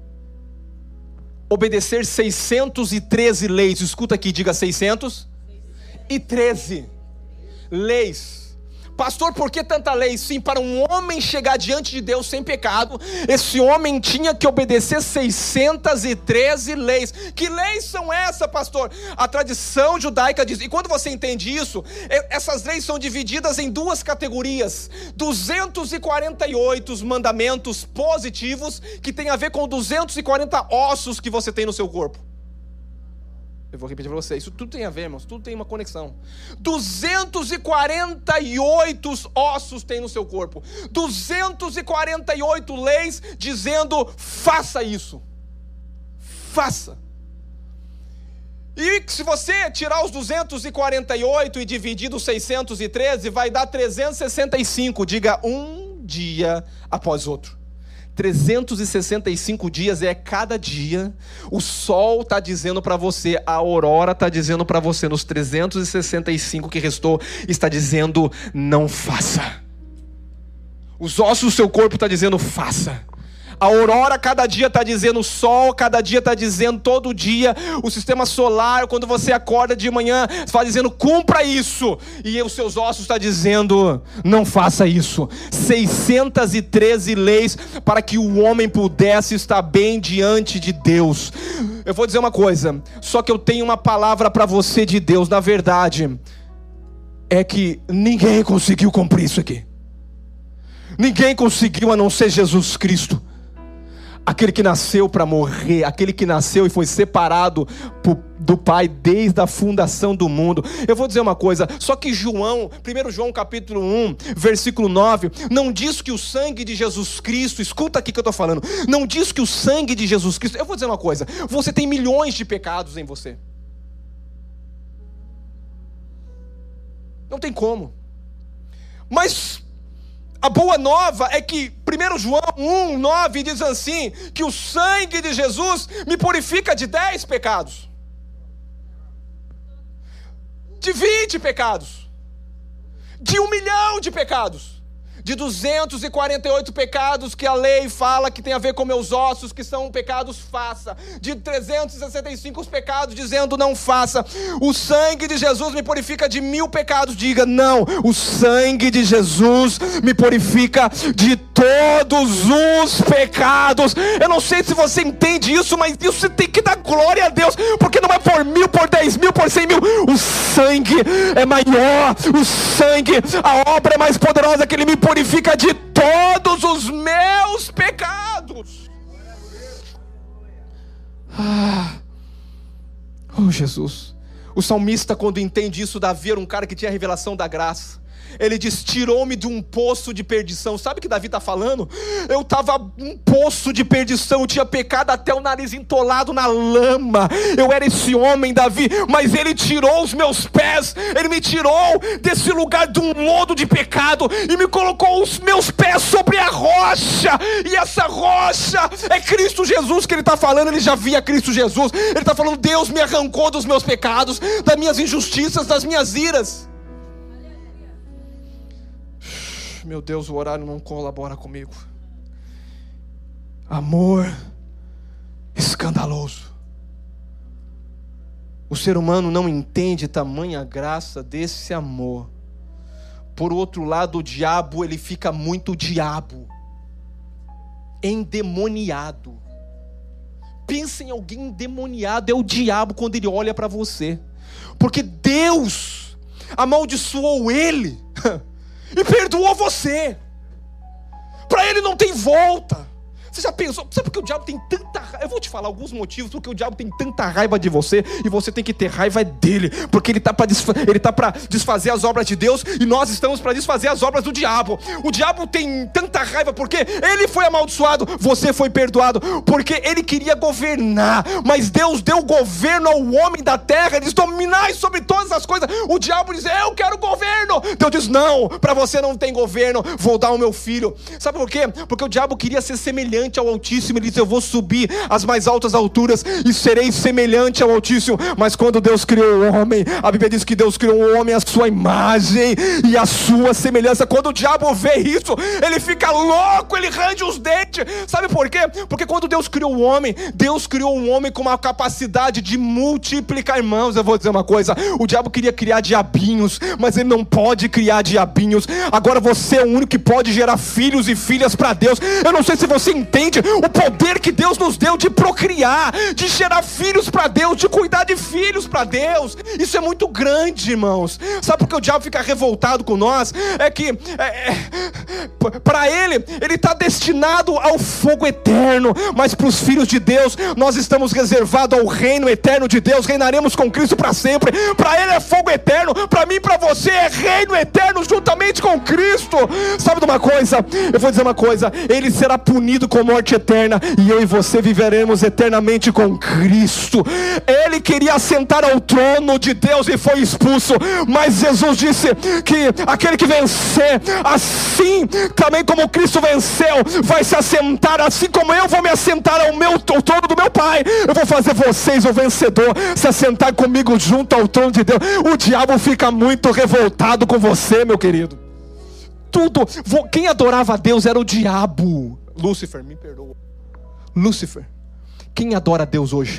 obedecer 613 leis. Escuta aqui, diga 613 leis. Pastor, por que tanta lei? Sim, para um homem chegar diante de Deus sem pecado, esse homem tinha que obedecer 613 leis. Que leis são essas, pastor? A tradição judaica diz, e quando você entende isso, essas leis são divididas em duas categorias. 248 mandamentos positivos, que tem a ver com 240 ossos que você tem no seu corpo. Eu vou repetir para você, isso tudo tem a ver, irmãos, tudo tem uma conexão. 248 ossos tem no seu corpo, 248 leis dizendo, faça isso, faça. E se você tirar os 248 e dividir dos 613, vai dar 365, diga um dia após outro. 365 dias é cada dia. O sol está dizendo para você, a aurora está dizendo para você, nos 365 que restou, está dizendo, não faça. Os ossos do seu corpo estão dizendo, faça. A aurora cada dia está dizendo, o sol cada dia está dizendo, todo dia. O sistema solar, quando você acorda de manhã, está dizendo, cumpra isso. E os seus ossos estão dizendo, não faça isso. 613 leis para que o homem pudesse estar bem diante de Deus. Eu vou dizer uma coisa, só que eu tenho uma palavra para você de Deus. Na verdade, é que ninguém conseguiu cumprir isso aqui. Ninguém conseguiu, a não ser Jesus Cristo. Aquele que nasceu para morrer, aquele que nasceu e foi separado do Pai desde a fundação do mundo. Eu vou dizer uma coisa, só que 1 João capítulo 1, versículo 9, não diz que o sangue de Jesus Cristo, escuta aqui que eu estou falando, não diz que o sangue de Jesus Cristo, eu vou dizer uma coisa, você tem milhões de pecados em você. Não tem como. Mas a boa nova é que 1 João 1,9 diz assim, que o sangue de Jesus me purifica de 10 pecados. De 20 pecados. De 1 milhão de pecados. De 248 pecados que a lei fala que tem a ver com meus ossos, que são pecados, faça. De 365 pecados dizendo não faça. O sangue de Jesus me purifica de 1000 pecados. Diga não, o sangue de Jesus me purifica de todos os pecados. Eu não sei se você entende isso, mas isso você tem que dar glória a Deus, porque não é por 1000, por 10.000, por 100.000. O sangue é maior, o sangue, a obra é mais poderosa, que Ele me purifica de todos os meus pecados. Oh Jesus. O salmista, quando entende isso, Davi era um cara que tinha a revelação da graça. Ele diz, tirou-me de um poço de perdição. Sabe o que Davi está falando? Eu estava num poço de perdição, eu tinha pecado até o nariz entolado na lama. Eu era esse homem, Davi, mas Ele tirou os meus pés. Ele me tirou desse lugar de um lodo de pecado e me colocou os meus pés sobre a rocha. E essa rocha é Cristo Jesus que Ele está falando. Ele já via Cristo Jesus. Ele está falando, Deus me arrancou dos meus pecados, das minhas injustiças, das minhas iras. Meu Deus, o horário não colabora comigo. Amor escandaloso. O ser humano não entende tamanha graça desse amor. Por outro lado, o diabo, ele fica muito diabo, endemoniado. Pensa em alguém endemoniado, é o diabo quando ele olha para você. Porque Deus amaldiçoou ele e perdoou você. Para ele não tem volta. Você já pensou? Sabe por que o diabo tem tanta raiva? Eu vou te falar alguns motivos porque o diabo tem tanta raiva de você e você tem que ter raiva dele, porque ele está para desfazer as obras de Deus e nós estamos para desfazer as obras do diabo. O diabo tem tanta raiva porque ele foi amaldiçoado, você foi perdoado, porque ele queria governar, mas Deus deu governo ao homem da terra. Ele diz, dominai sobre todas as coisas. O diabo diz, eu quero governo. Deus diz, não, para você não tem governo, vou dar o meu filho. Sabe por quê? Porque o diabo queria ser semelhante ao Altíssimo. Ele diz, eu vou subir às mais altas alturas e serei semelhante ao Altíssimo. Mas quando Deus criou o homem, a Bíblia diz que Deus criou o homem à sua imagem e à sua semelhança. Quando o diabo vê isso, ele fica louco, ele range os dentes. Sabe por quê? Porque quando Deus criou o homem com uma capacidade de multiplicar. Irmãos, eu vou dizer uma coisa, o diabo queria criar diabinhos, mas ele não pode criar diabinhos. Agora você é o único que pode gerar filhos e filhas para Deus. Eu não sei se você entende o poder que Deus nos deu de procriar, de gerar filhos para Deus, de cuidar de filhos para Deus. Isso é muito grande, irmãos. Sabe por que o diabo fica revoltado com nós? É que para ele está destinado ao fogo eterno, mas para os filhos de Deus nós estamos reservados ao reino eterno de Deus. Reinaremos com Cristo para sempre. Para ele é fogo eterno, para mim e para você é reino eterno juntamente com Cristo. Sabe de uma coisa? Eu vou dizer uma coisa, ele será punido com morte eterna e eu e você viveremos eternamente com Cristo. Ele queria assentar ao trono de Deus e foi expulso, mas Jesus disse que aquele que vencer, assim também como Cristo venceu, vai se assentar, assim como eu vou me assentar ao trono do meu Pai. Eu vou fazer vocês, o vencedor, se assentar comigo junto ao trono de Deus. O diabo fica muito revoltado com você, meu querido. Quem adorava a Deus era o diabo. Lúcifer, me perdoa. Lúcifer, quem adora a Deus hoje?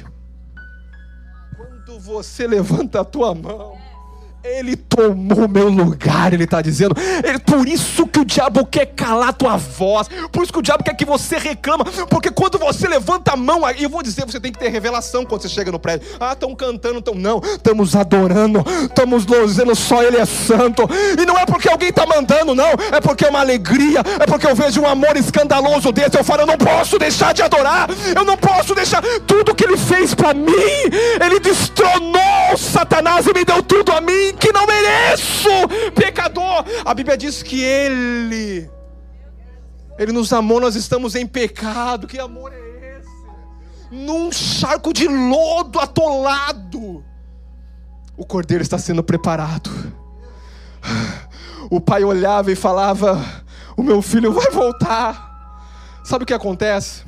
Quando você levanta a tua mão, Ele tomou o meu lugar, Ele está dizendo. Por isso que o diabo quer calar a tua voz, por isso que o diabo quer que você reclama, porque quando você levanta a mão, eu vou dizer, você tem que ter revelação quando você chega no prédio. Estão cantando, não, estamos adorando, estamos dizendo só Ele é santo, e não é porque alguém está mandando, não, é porque é uma alegria, é porque eu vejo um amor escandaloso desse. Eu falo, eu não posso deixar de adorar, eu não posso deixar. Tudo que Ele fez para mim, Ele destronou Satanás e me deu tudo a mim, que não mereço, pecador. A Bíblia diz que Ele nos amou, nós estamos em pecado. Que amor é esse? Num charco de lodo atolado, o cordeiro está sendo preparado. O pai olhava e falava, o meu filho vai voltar. Sabe o que acontece?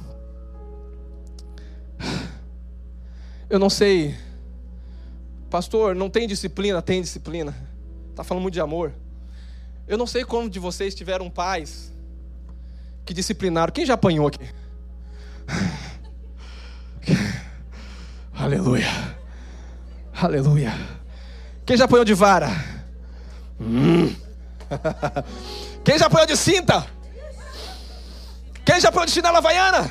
Eu não sei, pastor, não tem disciplina? Tem disciplina. Está falando muito de amor. Eu não sei como de vocês tiveram pais que disciplinaram. Quem já apanhou aqui? Aleluia. Aleluia. Quem já apanhou de vara? Quem já apanhou de cinta? Quem já apanhou de chinela havaiana?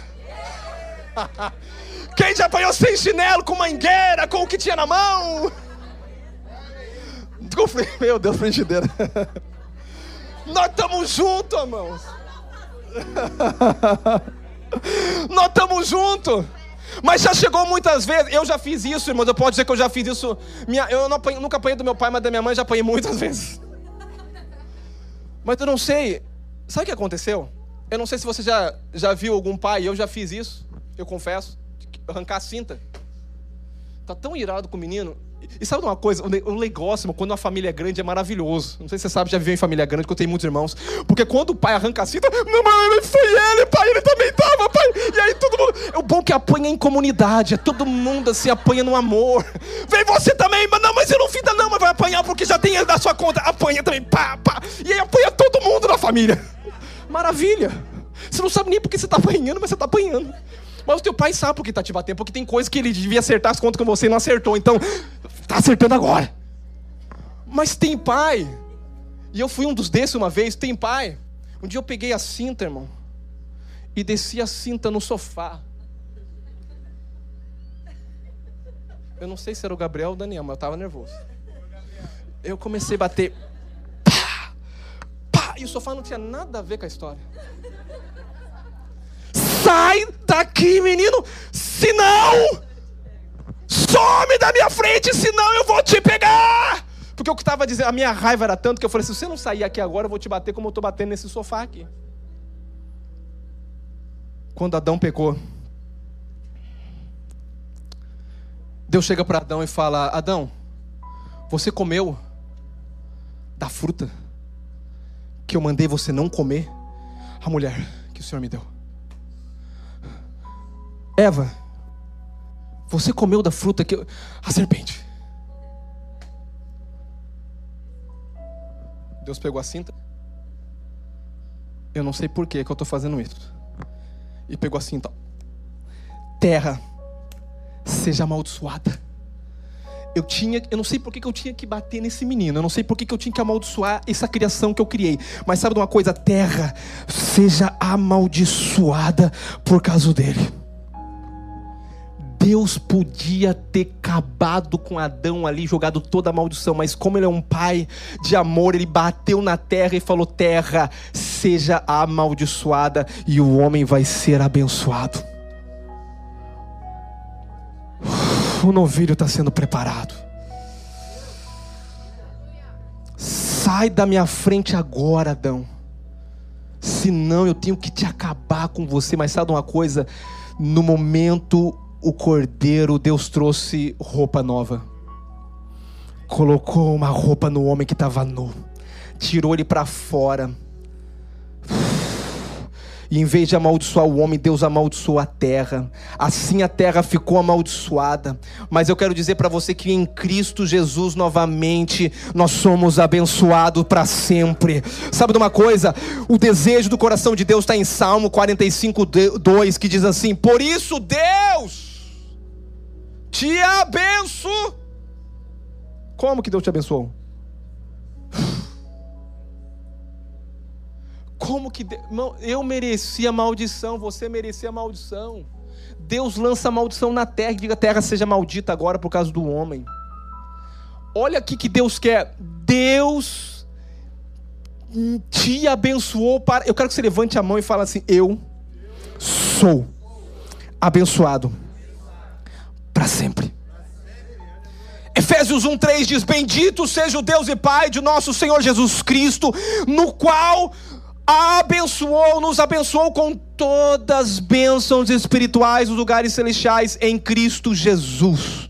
Quem já apanhou sem chinelo, com mangueira, com o que tinha na mão? Meu Deus, frigideira. Nós estamos juntos, irmãos. Nós estamos juntos. Mas já chegou muitas vezes. Eu já fiz isso, irmãos. Eu posso dizer que eu já fiz isso. Eu nunca apanhei do meu pai, mas da minha mãe já apanhei muitas vezes. Mas eu não sei, sabe o que aconteceu? Eu não sei se você já viu algum pai, eu já fiz isso, eu confesso, arrancar a cinta. Tá tão irado com o menino. E sabe uma coisa, o negócio, quando uma família é grande, é maravilhoso. Não sei se você sabe, já viveu em família grande, porque eu tenho muitos irmãos. Porque quando o pai arranca a cinta, não, mas foi ele, pai, ele também tava, pai. E aí todo mundo, é o bom que apanha em comunidade, é todo mundo assim, apanha no amor. Vem você também, mas não, mas eu não fiz, não, mas vai apanhar porque já tem ele na sua conta. Apanha também, pá. E aí apanha todo mundo na família. Maravilha. Você não sabe nem porque você tá apanhando, mas você tá apanhando. Mas o teu pai sabe por que tá te batendo, porque tem coisa que ele devia acertar as contas com você e não acertou. Então, tá acertando agora. Mas tem pai, e eu fui um dos desses uma vez, tem pai. Um dia eu peguei a cinta, irmão, e desci a cinta no sofá. Eu não sei se era o Gabriel ou o Daniel, mas eu tava nervoso. Eu comecei a bater. Pá, pá, e o sofá não tinha nada a ver com a história. Sai daqui, menino, senão some da minha frente, senão eu vou te pegar. Porque o que estava dizendo, a minha raiva era tanto que eu falei, se você não sair aqui agora, eu vou te bater como eu estou batendo nesse sofá aqui. Quando Adão pecou, Deus chega para Adão e fala, Adão, você comeu da fruta que eu mandei você não comer? A mulher que o Senhor me deu. Eva, você comeu da fruta que eu... A serpente. Deus pegou a cinta. Eu não sei por que eu estou fazendo isso. E pegou a cinta. Terra, seja amaldiçoada. Eu não sei por que eu tinha que bater nesse menino. Eu não sei por que eu tinha que amaldiçoar essa criação que eu criei. Mas sabe de uma coisa? Terra, seja amaldiçoada por causa dele. Deus podia ter acabado com Adão ali, jogado toda a maldição, mas como ele é um pai de amor, ele bateu na terra e falou, terra, seja amaldiçoada, e o homem vai ser abençoado. O novilho está sendo preparado. Sai da minha frente agora, Adão, senão eu tenho que te acabar com você. Mas sabe uma coisa? No momento o cordeiro, Deus trouxe roupa nova, colocou uma roupa no homem que estava nu, tirou ele para fora, e em vez de amaldiçoar o homem, Deus amaldiçoou a terra. Assim a terra ficou amaldiçoada. Mas eu quero dizer para você que em Cristo Jesus novamente nós somos abençoados para sempre. Sabe de uma coisa? O desejo do coração de Deus está em Salmo 45:2, que diz assim, por isso Deus te abençoe. Como que Deus te abençoou? Como que eu merecia maldição, você merecia maldição. Deus lança maldição na terra, e diga, a terra seja maldita agora por causa do homem. Olha aqui que Deus quer. Deus te abençoou para... Eu quero que você levante a mão e fale assim, eu sou abençoado para sempre. Efésios 1:3 diz, bendito seja o Deus e Pai de nosso Senhor Jesus Cristo, no qual nos abençoou com todas as bênçãos espirituais nos lugares celestiais em Cristo Jesus.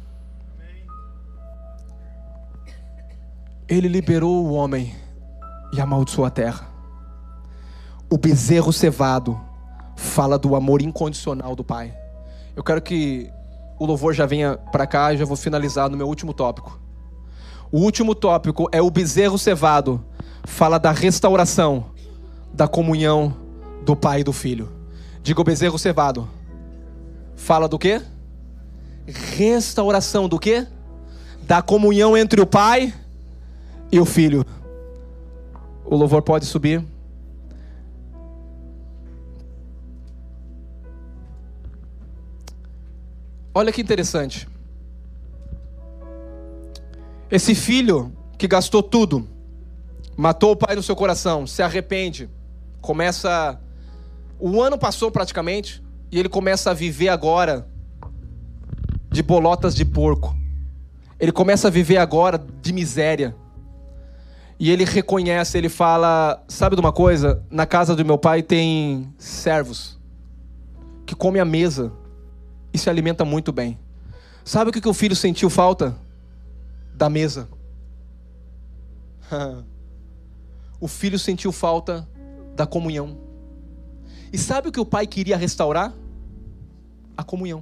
Ele liberou o homem e amaldiçoou a terra. O bezerro cevado fala do amor incondicional do Pai. Eu quero que o louvor já venha para cá e já vou finalizar no meu último tópico. O último tópico é o bezerro cevado, fala da restauração da comunhão do Pai e do Filho. Diga, o bezerro cevado fala do quê? Restauração do quê? Da comunhão entre o Pai e o Filho. O louvor pode subir. Olha que interessante. Esse filho que gastou tudo, matou o pai no seu coração, se arrepende, começa... O ano passou praticamente, e ele começa a viver agora de bolotas de porco. Ele começa a viver agora de miséria. E ele reconhece, ele fala, sabe de uma coisa? Na casa do meu pai tem servos que comem à mesa e se alimentam muito bem. Sabe o que o filho sentiu falta? Da mesa. O filho sentiu falta da comunhão. E sabe o que o pai queria restaurar? A comunhão.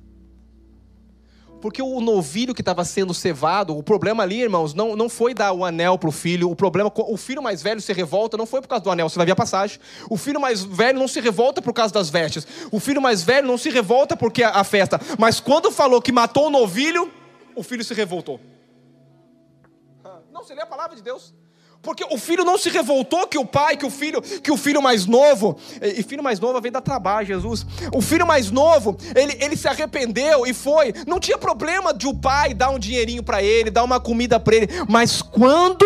Porque o novilho que estava sendo cevado, o problema ali, irmãos, não foi dar o anel para o filho. O filho mais velho se revolta, não foi por causa do anel, você vai ver a passagem. O filho mais velho não se revolta por causa das vestes. O filho mais velho não se revolta porque a festa. Mas quando falou que matou o novilho, o filho se revoltou. Não, você lê a palavra de Deus. Porque o filho não se revoltou que o filho mais novo, e filho mais novo vem dar trabalho, Jesus. O filho mais novo, ele se arrependeu e foi. Não tinha problema de o pai dar um dinheirinho para ele, dar uma comida para ele. Mas quando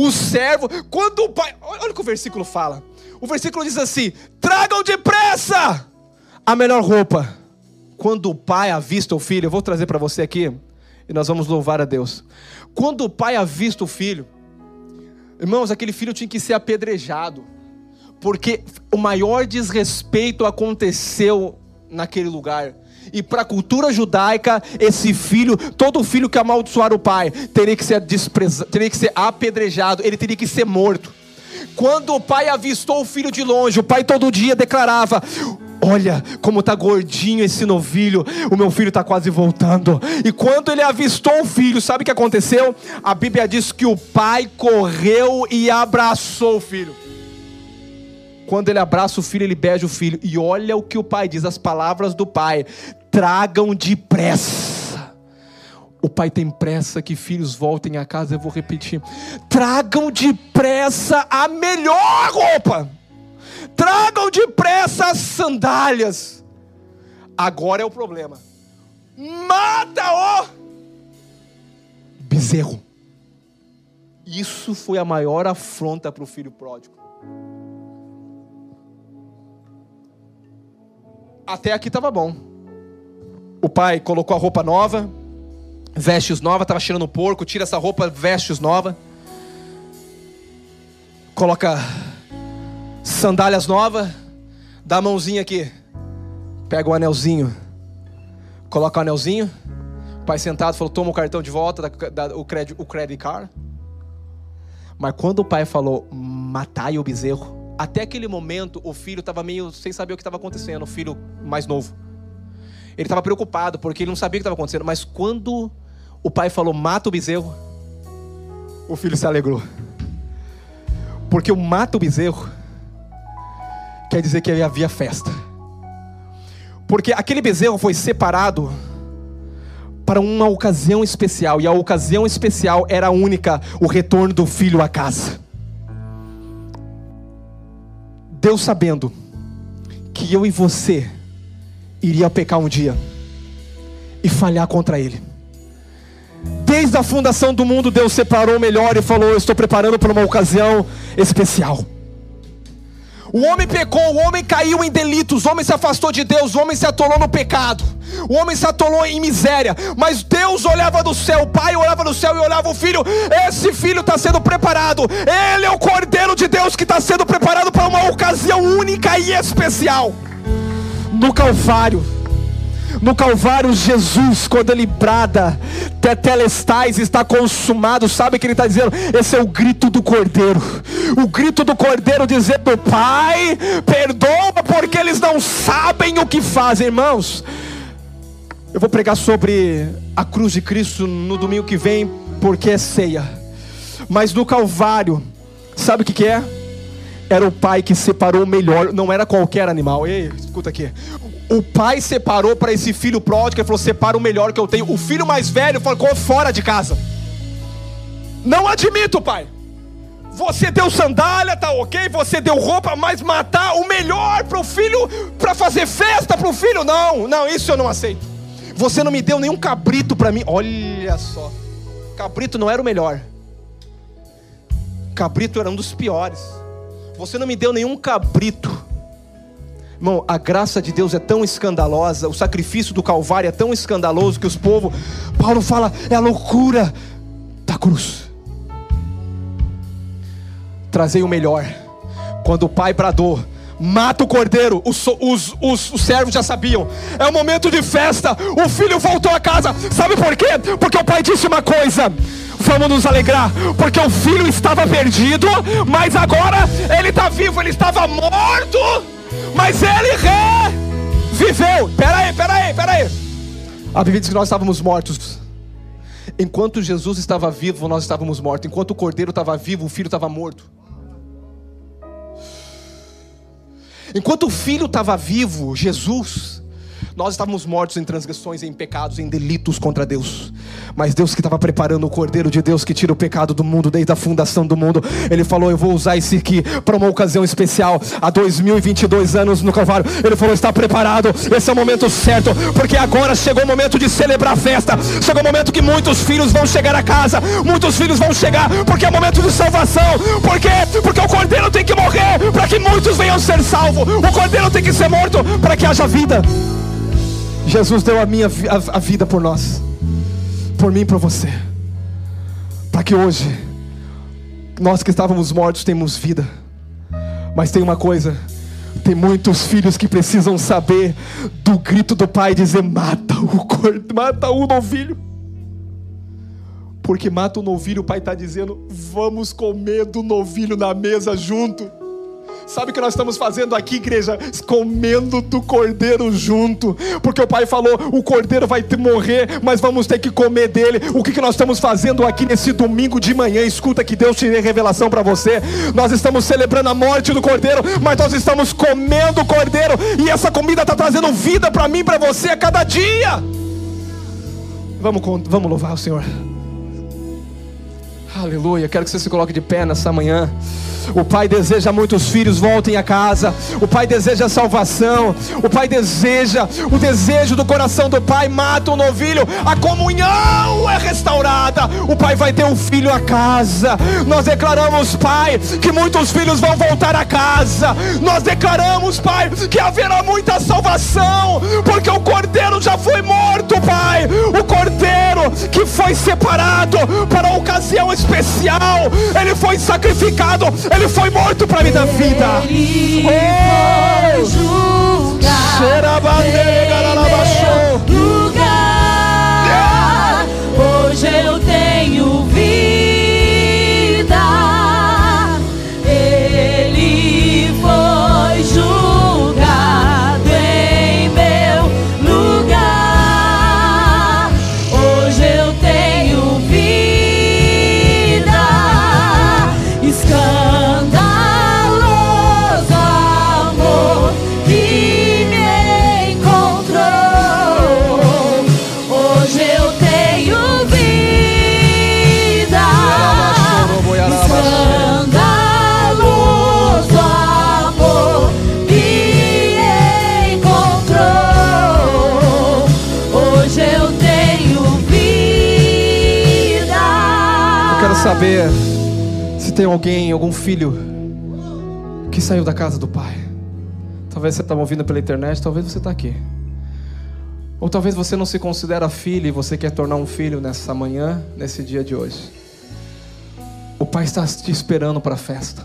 o pai, olha o que o versículo fala. O versículo diz assim: tragam depressa a melhor roupa. Quando o pai avista o filho, eu vou trazer para você aqui, e nós vamos louvar a Deus. Quando o pai avista o filho, irmãos, aquele filho tinha que ser apedrejado, porque o maior desrespeito aconteceu naquele lugar. E para a cultura judaica, esse filho, todo filho que amaldiçoar o pai, teria que ser apedrejado, ele teria que ser morto. Quando o pai avistou o filho de longe, o pai todo dia declarava: olha como está gordinho esse novilho, o meu filho está quase voltando. E quando ele avistou o filho, sabe o que aconteceu? A Bíblia diz que o pai correu e abraçou o filho. Quando ele abraça o filho, ele beija o filho. E olha o que o pai diz, as palavras do pai: tragam depressa. O pai tem pressa que filhos voltem a casa. Eu vou repetir: tragam depressa a melhor roupa. Tragam depressa as sandálias. Agora é o problema: mata o bezerro. Isso foi a maior afronta para o filho pródigo. Até aqui estava bom. O pai colocou a roupa nova, vestes novas, estava cheirando porco. Tira essa roupa, vestes nova, coloca sandálias novas, dá a mãozinha aqui, pega o anelzinho, coloca o anelzinho. O pai sentado falou: toma o cartão de volta, o credit card. Mas quando o pai falou: matai o bezerro, até aquele momento o filho estava meio sem saber o que estava acontecendo. O filho mais novo, ele estava preocupado porque ele não sabia o que estava acontecendo. Mas quando o pai falou: mata o bezerro, o filho se alegrou. Porque o mata o bezerro quer dizer que havia festa. Porque aquele bezerro foi separado para uma ocasião especial. E a ocasião especial era única: o retorno do filho a casa. Deus, sabendo que eu e você iria pecar um dia e falhar contra Ele, desde a fundação do mundo, Deus separou o melhor e falou: eu estou preparando para uma ocasião especial. O homem pecou, o homem caiu em delitos, o homem se afastou de Deus, o homem se atolou no pecado, o homem se atolou em miséria. Mas Deus olhava do céu, o pai olhava do céu e olhava o filho: esse filho está sendo preparado, ele é o Cordeiro de Deus que está sendo preparado para uma ocasião única e especial. No Calvário, Jesus, quando ele brada: tetelestais, está consumado. Sabe o que ele está dizendo? Esse é o grito do Cordeiro. O grito do Cordeiro dizendo: Pai, perdoa porque eles não sabem o que fazem. Irmãos, eu vou pregar sobre a cruz de Cristo no domingo que vem, porque é ceia. Mas no Calvário, sabe o que é? Era o pai que separou o melhor, não era qualquer animal. Ei, escuta aqui. O pai separou para esse filho pródigo, ele falou: separa o melhor que eu tenho. O filho mais velho ficou fora de casa. Não admito, pai. Você deu sandália, tá ok, você deu roupa, mas matar o melhor para o filho, para fazer festa para o filho? Não, isso eu não aceito. Você não me deu nenhum cabrito para mim. Olha só, cabrito não era o melhor, cabrito era um dos piores. Você não me deu nenhum cabrito. Irmão, a graça de Deus é tão escandalosa, o sacrifício do Calvário é tão escandaloso que Paulo fala: é a loucura da cruz. trazei o melhor. Quando o pai bradou, mata o cordeiro, os servos já sabiam, é um momento de festa. O filho voltou a casa. Sabe por quê? Porque o pai disse uma coisa: vamos nos alegrar, porque o filho estava perdido, mas agora ele está vivo. Ele estava morto, mas ele reviveu. Peraí. A Bíblia diz que nós estávamos mortos. Enquanto Jesus estava vivo, nós estávamos mortos. Enquanto o cordeiro estava vivo, o filho estava morto. Enquanto o filho estava vivo, Jesus, nós estávamos mortos em transgressões, em pecados, em delitos contra Deus. Mas Deus que estava preparando o Cordeiro de Deus que tira o pecado do mundo desde a fundação do mundo, Ele falou: eu vou usar esse aqui para uma ocasião especial. Há 2022 anos no Calvário, Ele falou: está preparado, esse é o momento certo, porque agora chegou o momento de celebrar a festa. Chegou o momento que muitos filhos vão chegar a casa. Muitos filhos vão chegar, porque é momento de salvação. Por quê? Porque o Cordeiro tem que morrer para que muitos venham ser salvos. O Cordeiro tem que ser morto para que haja vida. Jesus deu a vida por nós, por mim e por você, para que hoje, nós que estávamos mortos, temos vida. Mas tem uma coisa: tem muitos filhos que precisam saber do grito do pai dizer: mata o novilho. Porque mata o novilho, o pai está dizendo: vamos comer do novilho na mesa junto. Sabe o que nós estamos fazendo aqui, igreja? Comendo do cordeiro junto. Porque o pai falou: o cordeiro vai morrer, mas vamos ter que comer dele. O que nós estamos fazendo aqui nesse domingo de manhã? Escuta, que Deus te dê revelação para você. Nós estamos celebrando a morte do cordeiro, mas nós estamos comendo o cordeiro. E essa comida está trazendo vida para mim e para você a cada dia. Vamos louvar o Senhor. Aleluia. Quero que você se coloque de pé nessa manhã. O pai deseja muitos filhos voltem a casa. O pai deseja salvação. O pai deseja, o desejo do coração do pai mata o novilho. A comunhão é restaurada. O pai vai ter um filho a casa. Nós declaramos, pai, que muitos filhos vão voltar a casa. Nós declaramos, pai, que haverá muita salvação, porque o cordeiro já foi morto, pai. O cordeiro que foi separado para a ocasião especial, ele foi sacrificado. Ele foi morto para me dar vida. Ele foi julgar meu lugar. Hoje eu tenho vida. Ele foi julgado em meu lugar. Hoje eu tenho vida. Escandaloso amor que me encontrou. Hoje eu tenho vida. Escandaloso amor que me encontrou. Hoje eu tenho vida. Eu quero saber se tem alguém, algum filho que saiu da casa do pai. Talvez você está me ouvindo pela internet, talvez você está aqui. Ou talvez você não se considera filho e você quer tornar um filho nessa manhã, nesse dia de hoje. O pai está te esperando para a festa.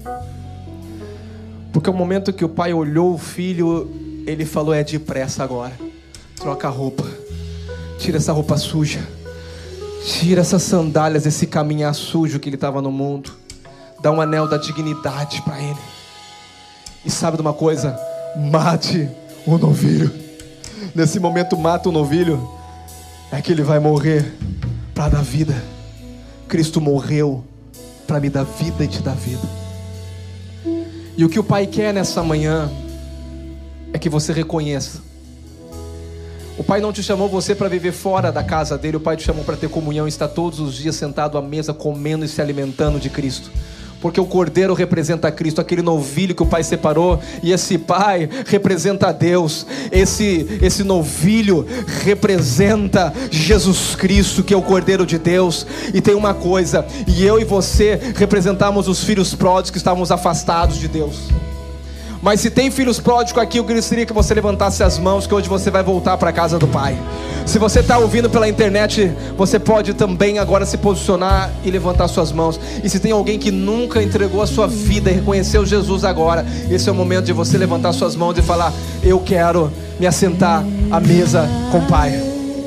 Porque o momento que o pai olhou o filho, ele falou: é depressa agora. Troca a roupa. Tira essa roupa suja. Tira essas sandálias, esse caminhar sujo que ele estava no mundo. Dá um anel da dignidade para ele. E sabe de uma coisa? Mate o novilho. Nesse momento mata o novilho. É que ele vai morrer para dar vida. Cristo morreu para me dar vida e te dar vida. E o que o pai quer nessa manhã é que você reconheça. O pai não te chamou você para viver fora da casa dele. O pai te chamou para ter comunhão e estar todos os dias sentado à mesa, comendo e se alimentando de Cristo. Porque o cordeiro representa Cristo, aquele novilho que o pai separou. E esse pai representa a Deus. Esse novilho representa Jesus Cristo, que é o cordeiro de Deus. E tem uma coisa: e eu e você representamos os filhos pródigos que estávamos afastados de Deus. Mas se tem filhos pródigos aqui, eu gostaria que você levantasse as mãos, que hoje você vai voltar para a casa do Pai. Se você está ouvindo pela internet, você pode também agora se posicionar e levantar suas mãos. E se tem alguém que nunca entregou a sua vida e reconheceu Jesus agora, esse é o momento de você levantar suas mãos e falar: eu quero me assentar à mesa com o Pai.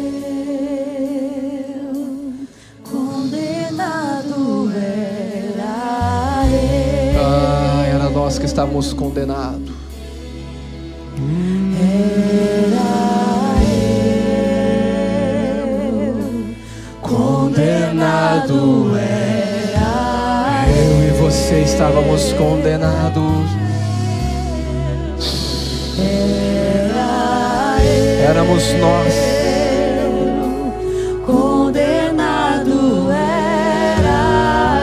Era nós que estávamos condenados. Condenado era eu e você estávamos condenados. Éramos nós. Condenado era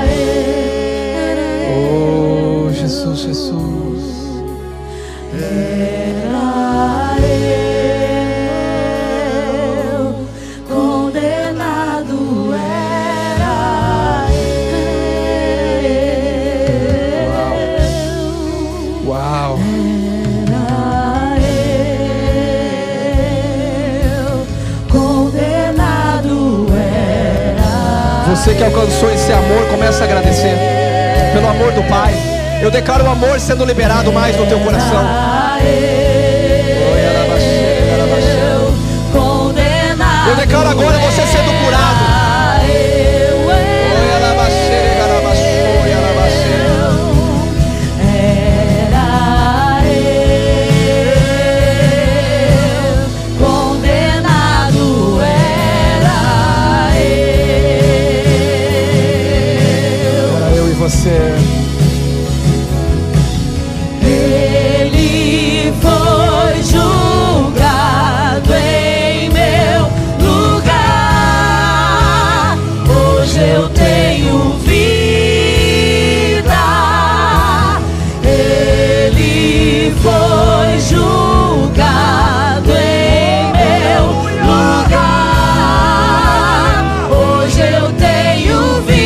Oh, Jesus, Jesus. Era eu. Condenado era eu. Uau. Você que alcançou esse amor, começa a agradecer pelo amor do Pai. Eu declaro o amor sendo liberado mais no teu coração. Eu declaro agora você sendo curado. Você. Ele foi julgado em meu lugar. Hoje eu tenho vida. Ele foi julgado em meu lugar. Hoje eu tenho vida.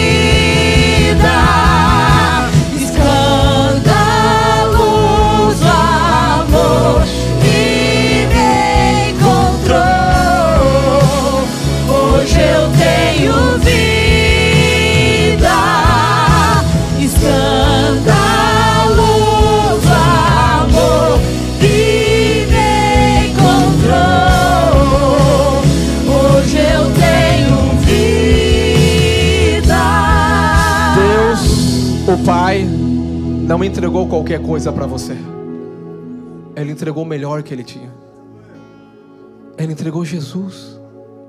O Pai não entregou qualquer coisa para você. Ele entregou o melhor que Ele tinha. Ele entregou Jesus.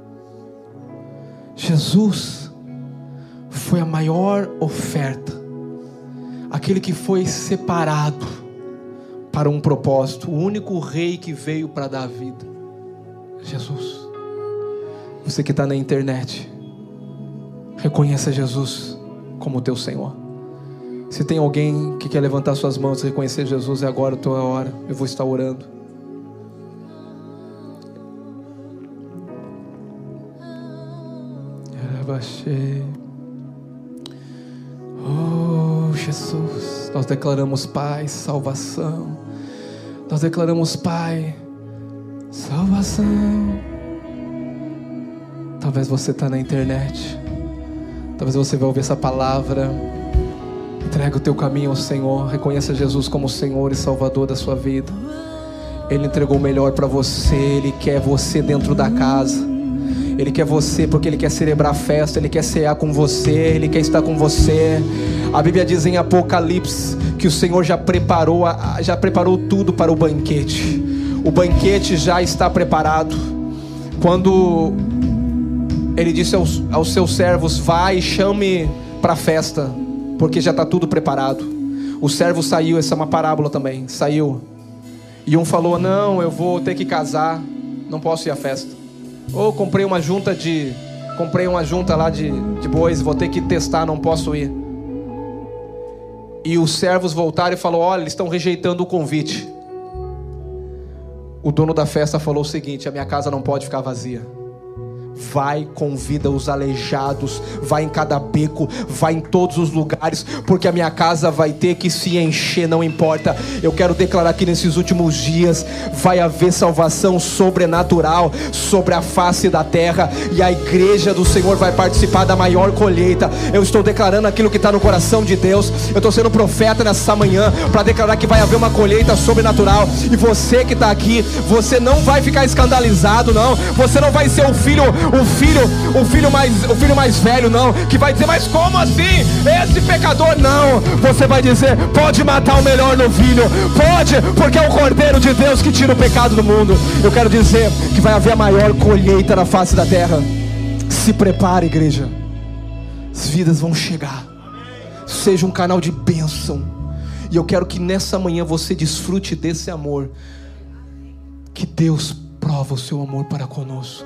Jesus foi a maior oferta. Aquele que foi separado para um propósito. O único rei que veio para dar a vida. Jesus. Você que está na internet, reconheça Jesus como teu Senhor. Se tem alguém que quer levantar suas mãos e reconhecer Jesus, é agora a tua hora. Eu vou estar orando. Oh, Jesus, nós declaramos, Pai, salvação. Nós declaramos, Pai, salvação. Talvez você está na internet. Talvez você vai ouvir essa palavra. Entrega o teu caminho ao Senhor. Reconheça Jesus como Senhor e Salvador da sua vida. Ele entregou o melhor para você. Ele quer você dentro da casa. Ele quer você porque Ele quer celebrar a festa. Ele quer cear com você. Ele quer estar com você. A Bíblia diz em Apocalipse que o Senhor já preparou tudo para o banquete. O banquete já está preparado. Quando Ele disse aos seus servos: vai e chame para a festa, porque já está tudo preparado. O servo saiu, essa é uma parábola também. Saiu. E um falou: não, eu vou ter que casar, não posso ir à festa. Ou comprei uma junta lá de bois, vou ter que testar, não posso ir. E os servos voltaram e falaram: olha, eles estão rejeitando o convite. O dono da festa falou o seguinte: a minha casa não pode ficar vazia. vai, convida os aleijados, vai em cada beco, vai em todos os lugares, porque a minha casa vai ter que se encher, não importa. Eu quero declarar que nesses últimos dias vai haver salvação sobrenatural sobre a face da terra, e a igreja do Senhor vai participar da maior colheita. Eu estou declarando aquilo que está no coração de Deus. Eu estou sendo profeta nessa manhã para declarar que vai haver uma colheita sobrenatural. E você que está aqui, você não vai ficar escandalizado, não. Você não vai ser o filho mais velho, não, que vai dizer, mas como assim? Esse pecador, não. Você vai dizer, pode matar o melhor novilho, pode, porque é o Cordeiro de Deus que tira o pecado do mundo. Eu quero dizer que vai haver a maior colheita na face da terra. Se prepare, igreja. As vidas vão chegar. Seja um canal de bênção. E eu quero que nessa manhã você desfrute desse amor, que Deus prova o seu amor para conosco.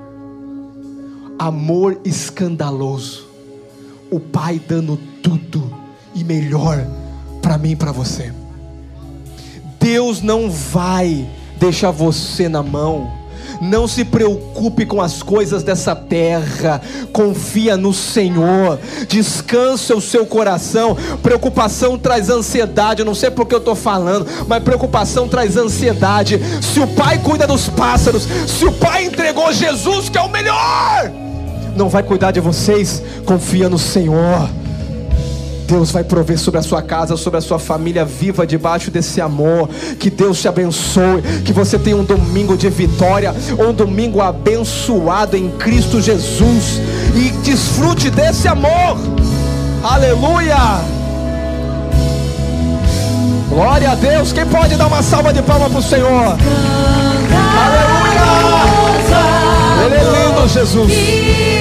Amor escandaloso. O Pai dando tudo e melhor para mim e para você. Deus não vai deixar você na mão. Não se preocupe com as coisas dessa terra. Confia no Senhor. Descansa o seu coração. Preocupação traz ansiedade. Eu não sei porque eu estou falando, mas preocupação traz ansiedade. Se o Pai cuida dos pássaros, se o Pai entregou Jesus, que é o melhor, não vai cuidar de vocês? Confia no Senhor. Deus vai prover sobre a sua casa, sobre a sua família. Viva debaixo desse amor. Que Deus te abençoe. Que você tenha um domingo de vitória, um domingo abençoado em Cristo Jesus. E desfrute desse amor. Aleluia. Glória a Deus. Quem pode dar uma salva de palmas para o Senhor? Aleluia. Ele é lindo, Jesus.